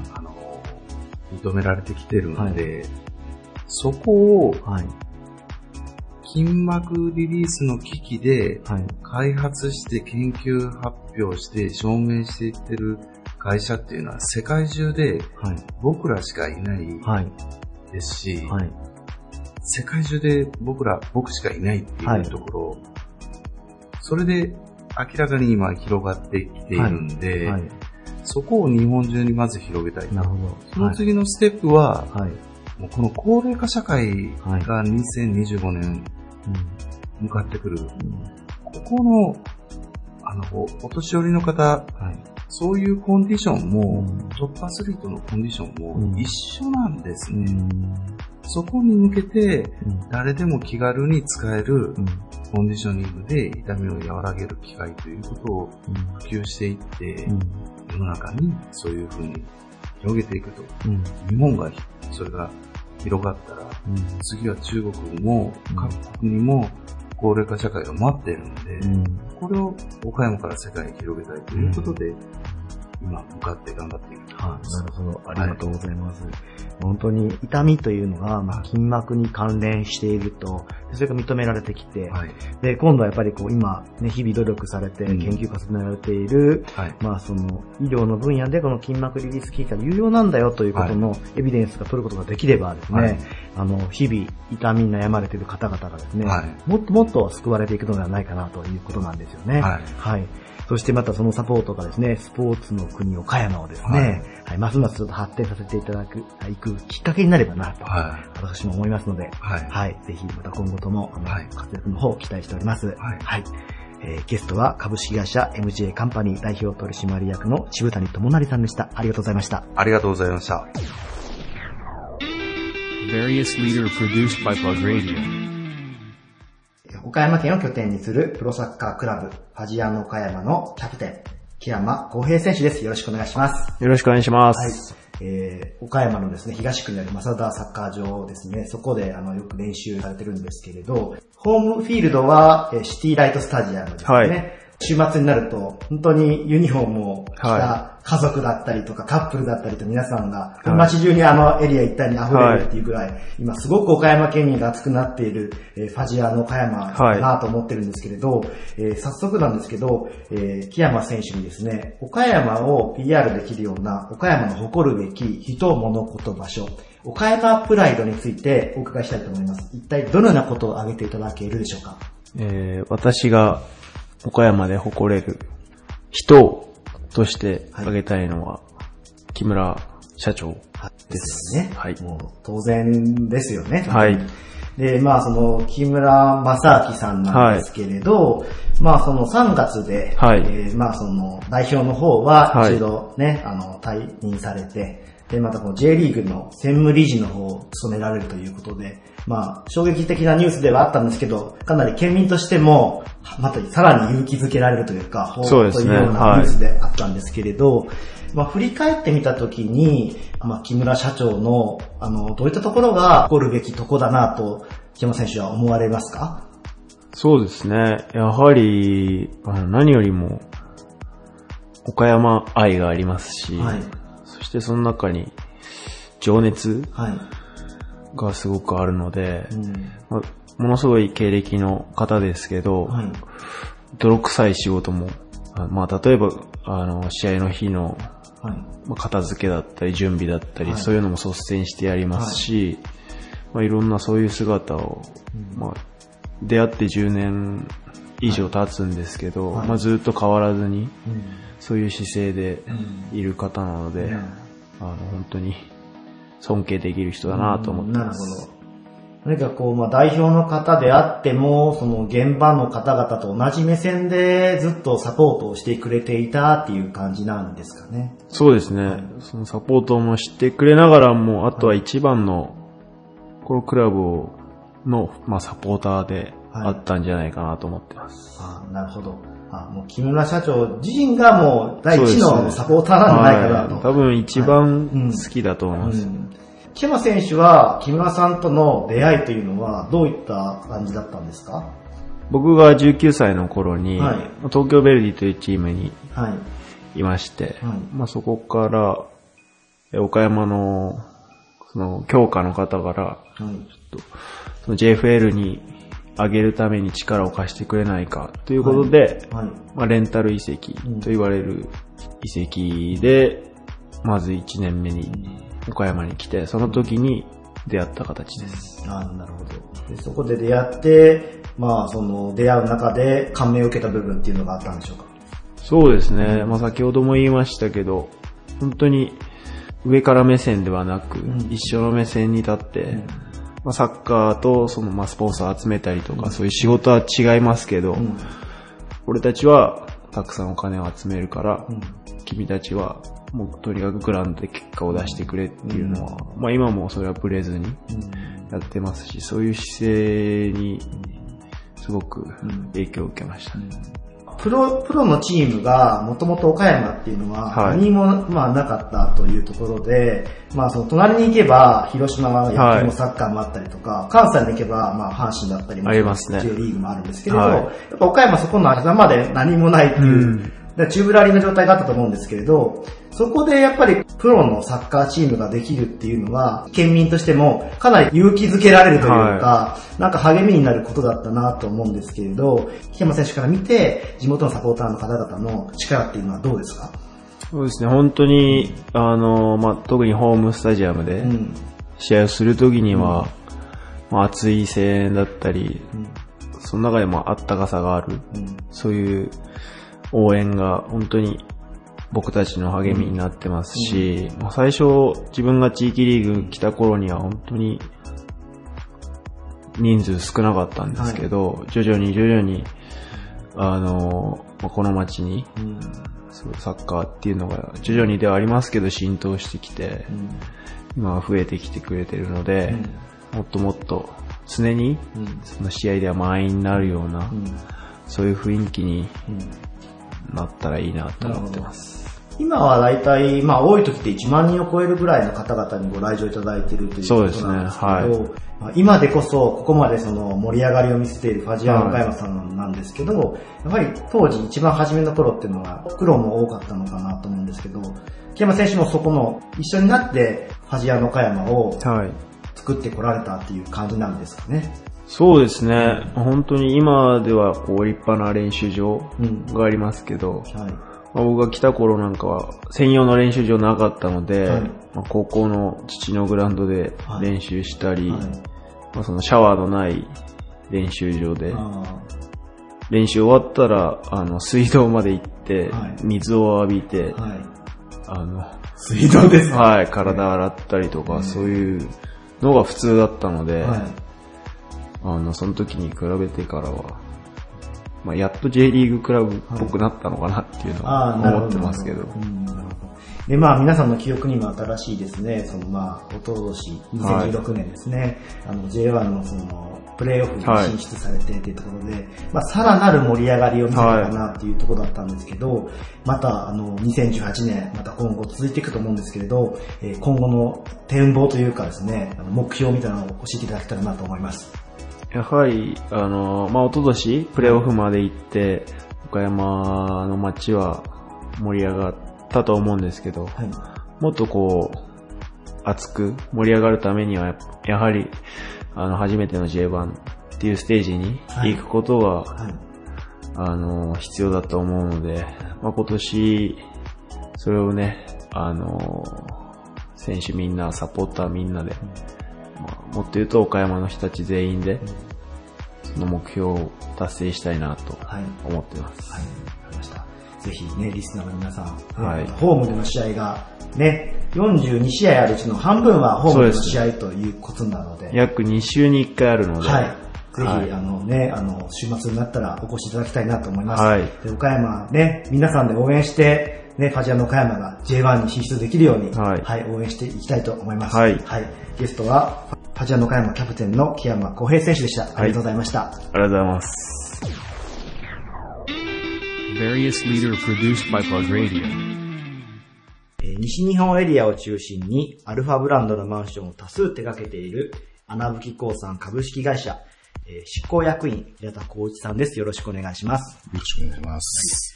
認められてきてるので、はい、そこを、はい、筋膜リリースの機器で開発して研究発表して証明していってる会社っていうのは世界中で僕らしかいないですし、はいはい、世界中で僕しかいないっていうところ、はい、それで明らかに今広がってきているんで、はいはい、そこを日本中にまず広げたい。なるほど。その次のステップは、はい、もうこの高齢化社会が2025年向かってくる。ここの、お年寄りの方、はい、そういうコンディションも、トップアスリートのコンディションも一緒なんですね。そこに向けて、誰でも気軽に使えるコンディショニングで痛みを和らげる機会ということを普及していって、世の中にそういうふうに広げていくと。日本がそれが広がったら、次は中国も各国にも高齢化社会が待っているので、これを岡山から世界に広げたいということで、今向かって頑張っていると思います。 なるほど。ありがとうございます。はい、本当に痛みというのが、まあ、筋膜に関連していると、それが認められてきて、はい、で、今度はやっぱりこう今、ね、日々努力されて研究重ねられている、まあ医療の分野でこの筋膜リリース機器が有用なんだよということのエビデンスが取ることができればですね、日々痛みに悩まれている方々がですね、もっともっと救われていくのではないかなということなんですよね。はい。そしてまたそのサポートがですね、スポーツの国岡山をですね、はい、ますますちょっと発展させていただく、いくきっかけになればなと、私も思いますので、はい、ぜひまた今後とも活躍の方を期待しております。はい。ゲストは株式会社 MJ カンパニー代表取締役の渋谷智成さんでした。ありがとうございました。 ありがとうございました。 岡山県を拠点にするプロサッカークラブ、ファジアン岡山のキャプテン、木山浩平選手です。よろしくお願いします。 よろしくお願いします。 はい。岡山のですね、東区にある正田サッカー場ですね、そこでよく練習されてるんですけれど、ホームフィールドはシティライトスタジアムですね。はい、週末になると、本当にユニフォームを着た家族だったりとかカップルだったりと皆さんが、街中にエリア一帯に溢れるっていうぐらい、今すごく岡山県民が熱くなっている、ファジアの岡山かなと思ってるんですけれど、早速なんですけど、木山選手にですね、岡山を PR できるような岡山の誇るべき人、物、こと場所、岡山プライドについてお伺いしたいと思います。一体どのようなことを挙げていただけるでしょうか？ 私が岡山で誇れる人として挙げたいのは、木村社長ですね。はい。もう当然ですよね。はい。で、木村正明さんなんですけれど、3月で、代表の方は一度ね、退任されて、 で、またこの J リーグの専務理事の方を務められるということで、衝撃的なニュースではあったんですけど、かなり県民としても、またさらに勇気づけられるというか、 そうですね。 というようなニュースであったんですけれど、振り返ってみたときに、木村社長の、どういったところが誇るべきとこだなと、木山選手は思われますか？ そうですね。やはり、何よりも、岡山愛がありますし、はい、そしてその中に、情熱がすごくあるので、ものすごい経歴の方ですけど、はい、泥臭い仕事も、例えば、試合の日の、片付けだったり準備だったり、はい、そういうのも率先してやりますし、いろんなそういう姿を、出会って10年以上経つんですけど、はい、ずっと変わらずに、そういう姿勢でいる方なので、本当に尊敬できる人だなと思ってます。 なるほど。何かこう、代表の方であっても、その現場の方々と同じ目線でずっとサポートをしてくれていたっていう感じなんですかね。 そうですね。そのサポートもしてくれながらも、あとは一番の、このクラブの、サポーターであったんじゃないかなと思ってます。 なるほど。もう木村社長自身がもう第一のサポーターなんじゃないかなと。 多分一番好きだと思います。 木山選手は木村さんとの出会いというのはどういった感じだったんですか？ 僕が19歳の頃に、東京ヴェルディというチームにいまして、そこから岡山のその強化の方から、ちょっとその JFL に上げるために力を貸してくれないかということで、レンタル移籍と言われる移籍で、まず1年目に岡山に来て、その時に出会った形です。 なるほど。でそこで出会って、その出会う中で感銘を受けた部分っていうのがあったんでしょうか？ そうですね。先ほども言いましたけど、本当に上から目線ではなく、一緒の目線に立って、サッカーとそのスポンサー集めたりとか、そういう仕事は違いますけど、俺たちはたくさんお金を集めるから、君たちはもうとにかくグラウンドで結果を出してくれっていうのは、今もそれはブレずにやってますし、そういう姿勢にすごく影響を受けましたね。 プロのチームがもともと岡山っていうのは何もなかったというところで、その隣に行けば広島は野球もサッカーもあったりとか、関西に行けば阪神だったりもありますね。 J リーグもあるんですけれど、やっぱ岡山そこの間まで何もないっていう、チューブラリーの状態があったと思うんですけれど、そこでやっぱりプロのサッカーチームができるっていうのは、県民としてもかなり勇気づけられるというか、なんか励みになることだったなと思うんですけれど、木山選手から見て、地元のサポーターの方々の力っていうのはどうですか？ そうですね、本当に、特にホームスタジアムで試合をするときには、熱い声援だったり、その中でもあったかさがある、そういう応援が本当に僕たちの励みになってますし、最初自分が地域リーグ来た頃には本当に人数少なかったんですけど、徐々にこの街に、そうサッカーっていうのが徐々にではありますけど浸透してきて、今は増えてきてくれてるので、もっともっと常にその試合では満員になるような、そういう雰囲気になったらいいなと思ってます。 今はだいたい、多い時って1万人を超えるぐらいの方々にご来場いただいているということなんですけど、そうですね、今でこそここまでその盛り上がりを見せているファジアーノ岡山さんなんですけど、やはり当時一番初めの頃っていうのは苦労も多かったのかなと思うんですけど、木山選手もそこの一緒になってファジアーノ岡山を作ってこられたっていう感じなんですかね。 そうですね、本当に今ではこう立派な練習場がありますけど、僕が来た頃なんかは専用の練習場なかったので、高校の父のグラウンドで練習したり、そのシャワーのない練習場で、練習終わったら水道まで行って水を浴びて、 水道ですか？ はい、体洗ったりとか、そういうのが普通だったので、その時に比べてからは、やっと J リーグクラブっぽくなったのかなっていうのは思ってますけど。 で、まあ皆さんの記憶にも新しいですね、そのまあ、おととし、2016年ですね、J1 のその、プレイオフに進出されてっていうところで、まあさらなる盛り上がりを見せたかなっていうところだったんですけど、また2018年、また今後続いていくと思うんですけれど、今後の展望というかですね、目標みたいなのを教えていただけたらなと思います。 やはり、まあ、おととし、プレイオフまで行って、岡山の街は盛り上がったと思うんですけど、はい、もっとこう、熱く盛り上がるためには、やはり、初めての J1 っていうステージに行くことが、はい、必要だと思うので、まあ、今年、それをね、選手みんな、サポーターみんなで、もっと言うと岡山の人たち全員で、その目標を達成したいなと思ってます。 はい、わかりました。ぜひね、リスナーの皆さん、はい、ホームでの試合がね、42試合あるうちの半分はホームでの試合ということなので。 約2週に1回あるので。 はい。ぜひ、はい、週末になったらお越しいただきたいなと思います。はい。で、岡山ね、皆さんで応援して、ね、ファジアの岡山が J1 に進出できるように、はい、はい、応援していきたいと思います。はい。はい。ゲストは、ファジアの岡山キャプテンの木山浩平選手でした。ありがとうございました。 ありがとうございます。 西日本エリアを中心にアルファブランドのマンションを多数手掛けている穴吹興産株式会社、執行役員平田光一さんです。よろしくお願いします。 よろしくお願いします。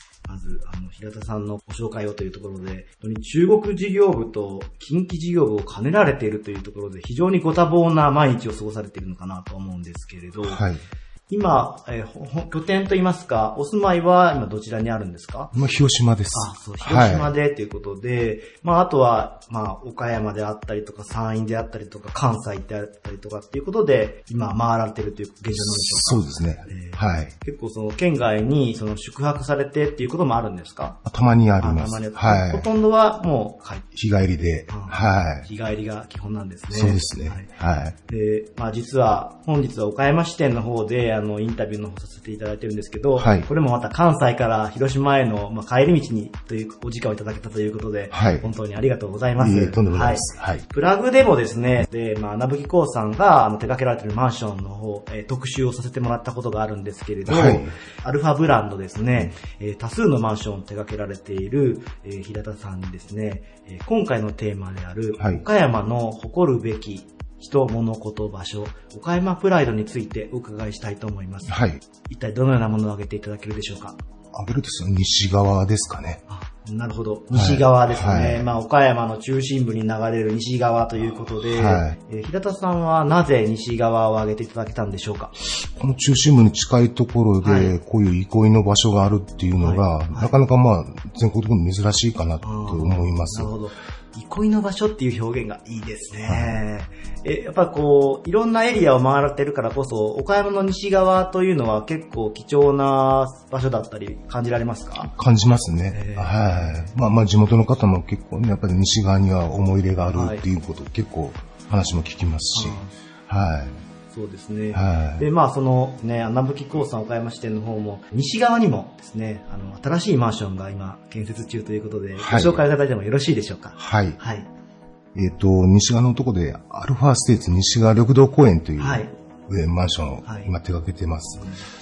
まず、平田さんのご紹介をというところで、本当に中国事業部と近畿事業部を兼ねられているというところで、非常にご多忙な毎日を過ごされているのかなと思うんですけれど、はい。今、拠点といいますか、お住まいは今どちらにあるんですか？ 広島です。 あ、そう、広島でということで、はい、まああとは、まあ岡山であったりとか山陰であったりとか関西であったりとかっていうことで、今回られているという現状なんでしょうか？ そうですね。はい。 結構その県外にその宿泊されてっていうこともあるんですか？ たまにあります。たまにある。 はい。ほとんどはもう日帰りで、はい。 日帰りが基本なんですね。 そうですね。はい。 で、まあ実は本日は岡山支店の方でインタビューの方させていただいてるんですけど、はい、これもまた関西から広島への、帰り道にというお時間をいただけたということで、はい、本当にありがとうございます。 とんでもないです。 はい。プラグでもですね、で、穴吹興さんが手掛けられているマンションの方、特集をさせてもらったことがあるんですけれど、はい、アルファブランドですね、多数のマンションを手掛けられている、平田さんにですね、今回のテーマである、はい、岡山の誇るべき人、物、こと、場所、岡山プライドについてお伺いしたいと思います。はい。一体どのようなものを挙げていただけるでしょうか？ 挙げると西側ですかね。 なるほど。西側ですね。はい、まあ、岡山の中心部に流れる西側ということで、はい、平田さんはなぜ西側を挙げていただけたんでしょうか？ この中心部に近いところで、はい、こういう憩いの場所があるっていうのが、はい、なかなかまあ、全国的に珍しいかなと思います。 なるほど。憩いの場所っていう表現がいいですね。やっぱこう、いろんなエリアを回られてるからこそ、岡山の西側というのは結構貴重な場所だったり感じられますか？ 感じますね。はい。まあ地元の方も結構ね、やっぱり西側には思い入れがあるっていうこと、結構話も聞きますし、はい。 そうですね。はい。で、まあそのね、穴吹興産岡山支店の方も、西側にもですね、新しいマンションが今建設中ということで、はい、ご紹介いただいてもよろしいでしょうか？ はい。はい。西側のところで、アルファステーツ西側緑道公園という、はい、マンションを今手掛けてます。はい、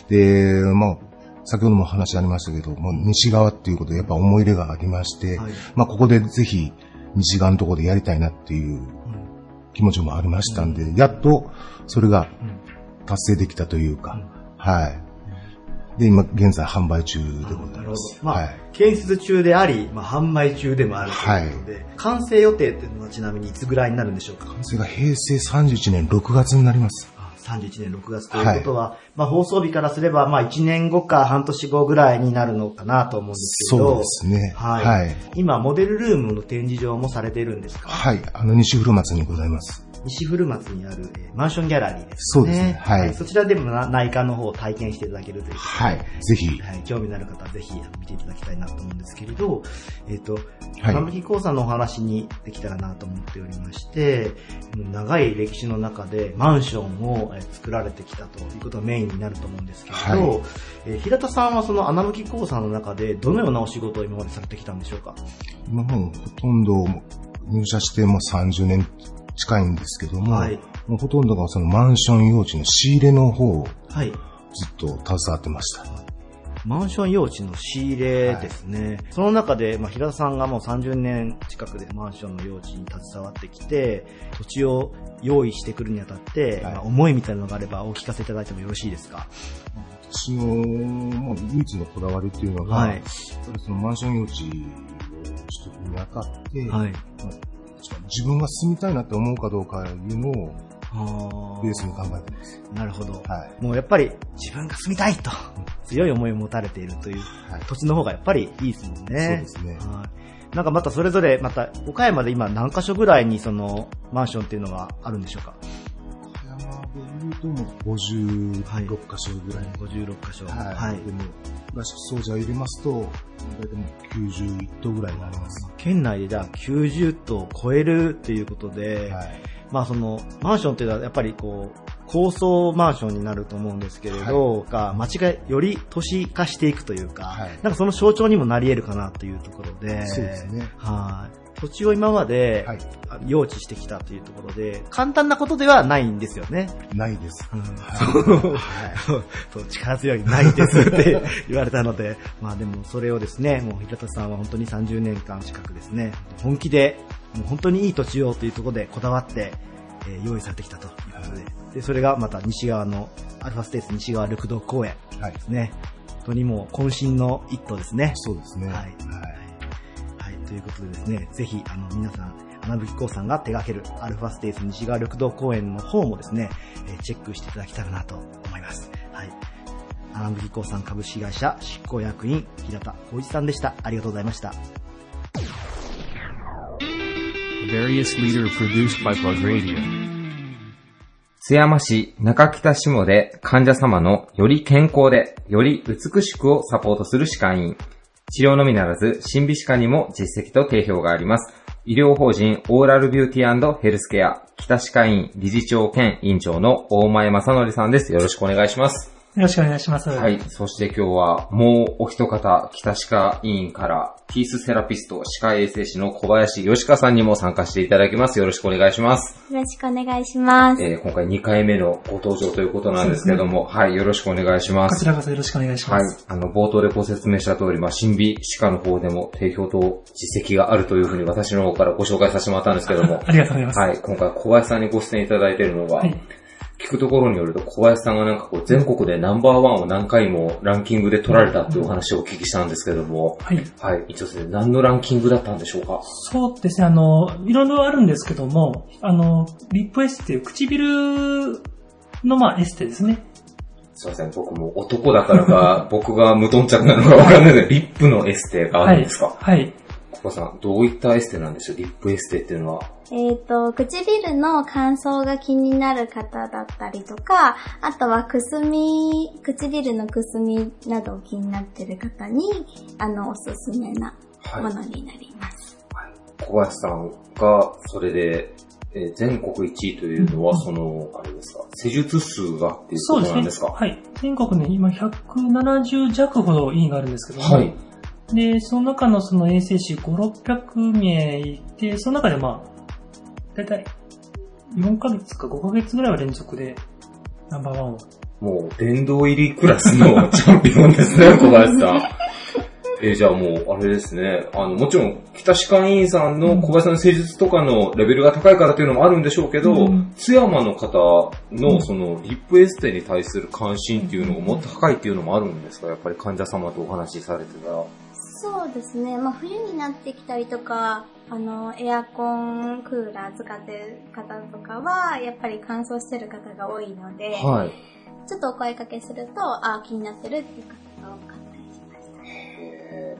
で、まあ、先ほども話ありましたけど、もう西側っていうことでやっぱ思い入れがありまして、はい、まあここでぜひ西側のところでやりたいなっていう気持ちもありましたんで、やっとそれが達成できたというか、はい。で、今現在販売中でございます。 まあ、はい、建設中であり、まあ、販売中でもあるということで、はい、完成予定っていうのはちなみにいつぐらいになるんでしょうか？ 完成が平成31年6月になります。 31年6月ということは、はい、まあ放送日からすれば、まあ1年後か半年後ぐらいになるのかなと思うんですけど。 そうですね。 はい。はい、今、モデルルームの展示場もされているんですか？ はい。西古松にございます。 西古松にある、マンションギャラリーですね。そうですね。はい。そちらでも内観の方を体験していただけるということで。はい。ぜひ。はい。興味のある方はぜひ見ていただきたいなと思うんですけれど、花吹興産のお話にできたらなと思っておりまして、長い歴史の中でマンションを作られてきたということがメインになると思うんですけれど、平田さんはその穴吹興産の中でどのようなお仕事を今までされてきたんでしょうか？ 今もうほとんど入社しても30年近いんですけども、もうほとんどがそのマンション用地の仕入れの方をずっと携わってました。 マンション用地の仕入れですね。その中で、平田さんがもう30年近くでマンションの用地に携わってきて、土地を用意してくるにあたって、思いみたいなのがあればお聞かせいただいてもよろしいですか？ 私の唯一のこだわりっていうのが、そのマンション用地を取得にあたって、自分が住みたいなって思うかどうかいうのをベースに考えてます。 なるほど。もうやっぱり自分が住みたいと強い思いを持たれているという土地の方がやっぱりいいですもんね。そうですね。なんかまたそれぞれ岡山で今何カ所ぐらいにそのマンションっていうのはあるんでしょうか？ 岡山で言うともう56カ所ぐらい。 56カ所。でも合宿総社を入れますと、大体もう91棟ぐらいになります。 県内でじゃあ90棟を超えるということで、そのマンションっていうのはやっぱり高層マンションになると思うんですけれど、街がより都市化していくというか、なんかその象徴にもなり得るかなというところで、 そうですね。 土地を今まで用地してきたというところで、簡単なことではないんですよね。 ないです。 力強いないですって言われたので、でもそれをですね、もう平田さんは本当に30年間近くですね、本気でもう本当にいい土地をというところでこだわって、用意されてきたということで、それがまた西側のアルファステース西側緑道公園ですね。本当にもう渾身の一棟ですね。 そうですね。 ということでですね、ぜひ皆さん穴吹興産が手掛けるアルファステース西側緑道公園の方もですね、チェックしていただけたらなと思います。穴吹興産株式会社執行役員平田浩一さんでした。ありがとうございました。 津山市中北下で患者様のより健康でより美しくをサポートする歯科医院。治療のみならず、審美歯科にも実績と定評があります。医療法人オーラルビューティー&ヘルスケア北歯科医院理事長兼院長の大前正則さんです。よろしくお願いします。 よろしくお願いします。 はい。そして今日はもうお一方、北歯科医院からピースセラピスト、歯科衛生士の小林義香さんにも参加していただきます。よろしくお願いします。 よろしくお願いします。 今回2回目のご登場ということなんですけども、はい。よろしくお願いします。 こちらこそよろしくお願いします。 はい。冒頭でご説明した通り、審美歯科の方でも定評と実績があるというふうに私の方からご紹介させてもらったんですけども。 ありがとうございます。 はい。今回小林さんにご出演いただいているのが、聞くところによると小林さんが全国でナンバーワンを何回もランキングで取られたというお話をお聞きしたんですけれども、一応ですね、何のランキングだったんでしょうか？ そうですね、いろいろあるんですけども、リップエステ、唇のエステですね。 すいません、僕も男だからか、僕が無頓着なのかわかんないですけど、リップのエステがあるんですか？ はい。 小林さん、どういったエステなんでしょう？リップエステっていうのは。 唇の乾燥が気になる方だったりとか、あとは唇のくすみなど気になっている方に、おすすめなものになります。 小林さんが、それで、全国1位というのは、あれですか、施術数がっていうことなんですか？ そうですね。全国ね、今170弱ほど医院があるんですけども、で、その中の衛生士5、600名いて、その中でだいたい4ヶ月か5ヶ月ぐらいは連続でナンバーワンを。 もう殿堂入りクラスのチャンピオンですね、小林さん。じゃあもう、あれですね。もちろん、北歯科医院さんの小林さんの施術とかのレベルが高いからというのもあるんでしょうけど、津山の方のリップエステに対する関心っていうのがもっと高いっていうのもあるんですか？やっぱり患者様とお話しされてたら。 そうですね。冬になってきたりとか、エアコン、クーラー使ってる方とかは、やっぱり乾燥してる方が多いので、ちょっとお声かけすると、気になってるっていう方が多かったりしました。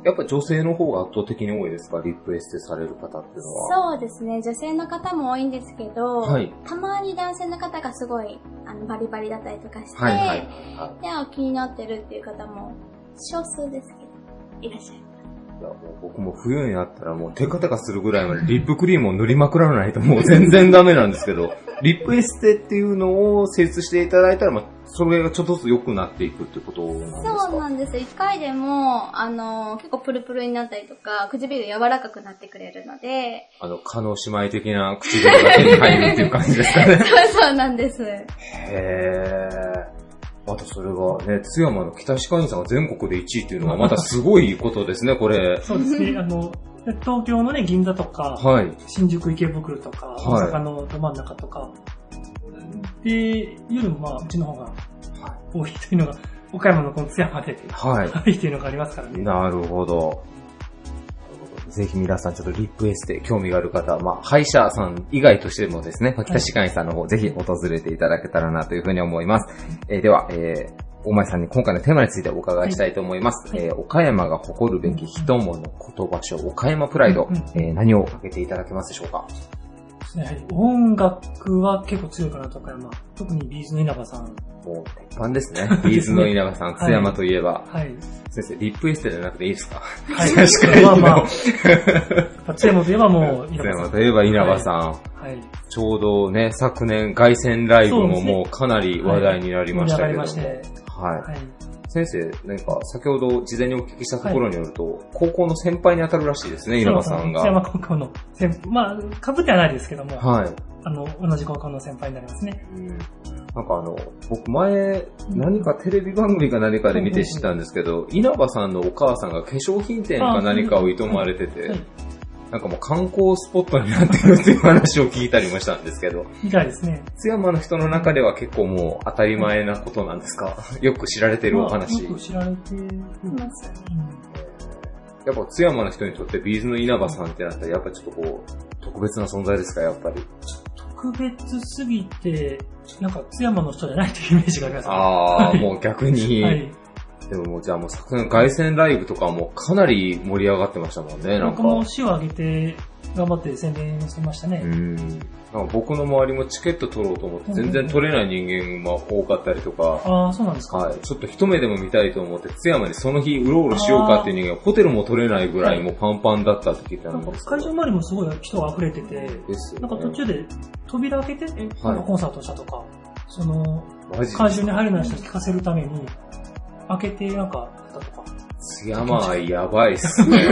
やっぱ女性の方が圧倒的に多いですか、リップエステされる方っていうのは。 そうですね、女性の方も多いんですけど、はい、たまに男性の方がすごいバリバリだったりとかして、はいはいはい、気になってるっていう方も少数ですけどいらっしゃいます。 いやもう僕も冬になったらもうテカテカするぐらいまでリップクリームを塗りまくらないともう全然ダメなんですけど、リップエステっていうのを施術していただいたら、それがちょっとずつ良くなっていくってことなんですか？ そうなんですよ。一回でも、結構プルプルになったりとか、唇柔らかくなってくれるので。 叶姉妹的な唇が手に入るっていう感じですかね。 そうなんです。 へー。またそれがね、津山の北歯科医院さんが全国で1位っていうのはまたすごいことですね、これ。 そうですね。東京のね、銀座とか、はい、新宿池袋とか、大阪のど真ん中とか、で、夜もうちの方が多いというのが、岡山のこの津山で、はい、っていうのがありますからね。 なるほど。ぜひ皆さんちょっとリップエステ興味がある方は、歯医者さん以外としてもですね、北歯科医さんの方ぜひ訪れていただけたらなというふうに思います。では、大前さんに今回のテーマについてお伺いしたいと思います。岡山が誇るべき人物言葉書、岡山プライド、何を挙げていただけますでしょうか？ やはり音楽は結構強いかなと、岡山。特にビーズの稲葉さん。 もう鉄板ですね。ビーズの稲葉さん、津山といえば。はい。先生、リップエステじゃなくていいですか？はい。確かに。まあ、津山といえばもう稲葉さん。 津山といえば稲葉さん。はい。ちょうどね、昨年凱旋ライブももうかなり話題になりましたけども。はい。先生、なんか先ほど事前にお聞きしたところによると、高校の先輩に当たるらしいですね、稲葉さんが。 津山高校のまあ、被ってはないですけども、はい。同じ高校の先輩になりますね。 なんか僕前、何かテレビ番組か何かで見て知ったんですけど、稲葉さんのお母さんが化粧品店か何かを営まれてて、なんかもう観光スポットになってるっていう話を聞いたりもしたんですけど。 みたいですね。 津山の人の中では結構もう当たり前なことなんですか？よく知られてるお話。 よく知られてます。 やっぱ津山の人にとってビーズの稲葉さんってなったらやっぱちょっとこう、特別な存在ですか、やっぱり。 特別すぎて、なんか津山の人じゃないっていうイメージがありますね。 ああ、もう逆に。はい。でももうじゃあもう昨年凱旋ライブとかもかなり盛り上がってましたもんね、なんか。 僕も市を挙げて頑張って宣伝してましたね。 なんか僕の周りもチケット取ろうと思って全然取れない人間が多かったりとか。 ああ、そうなんですか。 はい。ちょっと一目でも見たいと思って津山にその日うろうろしようかっていう人間がホテルも取れないぐらいもうパンパンだったって聞いたんですけど。 会場周りもすごい人が溢れてて、ですよね、なんか途中で扉開けて、コンサートしたとか、会場に入れない人に聞かせるために、開けてなんかだとか。 津山はやばいっすね。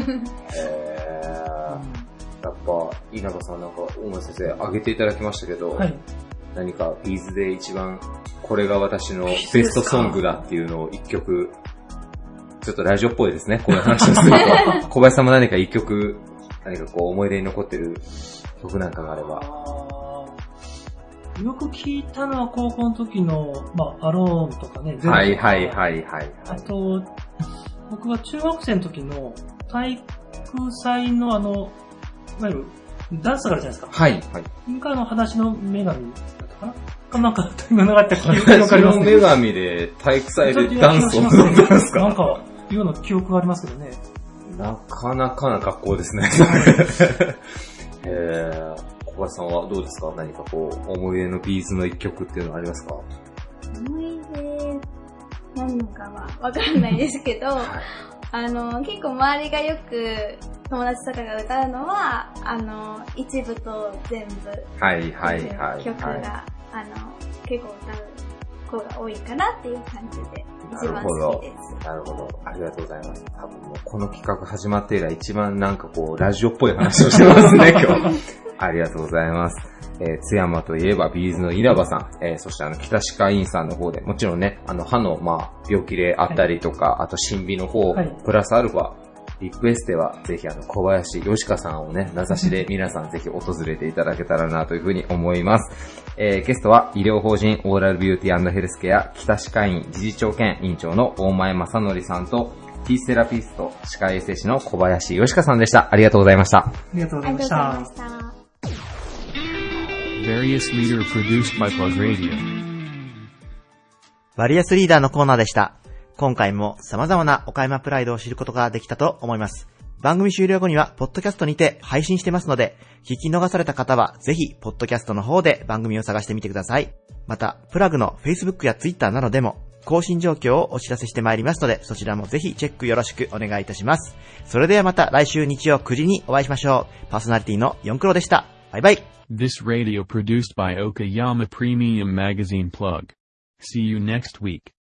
やっぱ稲葉さんなんか大前先生挙げていただきましたけど、はい、何かビーズで一番これが私のベストソングだっていうのを一曲、ちょっとラジオっぽいですね、こういう話をすると。小林さんも何か一曲、何かこう思い出に残ってる曲なんかがあれば。 よく聞いたのは高校の時の、アローンとかね。 はいはいはいはい。 あと、僕が中学生の時の体育祭のいわゆるダンスがあるじゃないですか。はいはい。からの裸足の女神だったかな？なんか、今流れた記憶がわかりますね。 裸足の女神で体育祭でダンスを踊ったんですか？ なんか、いうような記憶がありますけどね。 なかなかな学校ですね。小林さんはどうですか？何かこう、思い出のビーズの一曲っていうのはありますか？ 思い出なのかはわかんないですけど、結構周りがよく友達とかが歌うのは、一部と全部。 はいはいはい。 曲が、結構歌う子が多いかなっていう感じで、一番好きです。 なるほど。ありがとうございます。多分もうこの企画始まって以来一番なんかこう、ラジオっぽい話をしてますね、今日。ありがとうございます。津山といえばビーズの稲葉さん、そして北歯科医院さんの方で、もちろんね、歯の病気であったりとか、はい、あと審美の方、はい、プラスアルファ、リップエステはぜひ小林よしかさんをね、名指しで皆さんぜひ訪れていただけたらなというふうに思います。ゲストは医療法人オーラルビューティー&ヘルスケア北歯科医院理事長兼院長の大前正則さんと、ピースセラピスト歯科衛生士の小林よしかさんでした。ありがとうございました。 ありがとうございました。 バリアスリーダーのコーナーでした。 今回も様々な岡山プライドを知ることができたと思います。番組終了後には、ポッドキャストにて配信してますので、聞き逃された方は、ぜひ、ポッドキャストの方で番組を探してみてください。また、プラグの Facebook や Twitter などでも、更新状況をお知らせしてまいりますので、そちらもぜひチェックよろしくお願いいたします。それではまた来週日曜9時にお会いしましょう。パーソナリティの四九郎でした。バイバイ。 This radio produced by Okayama Premium Magazine Plug. See you next week.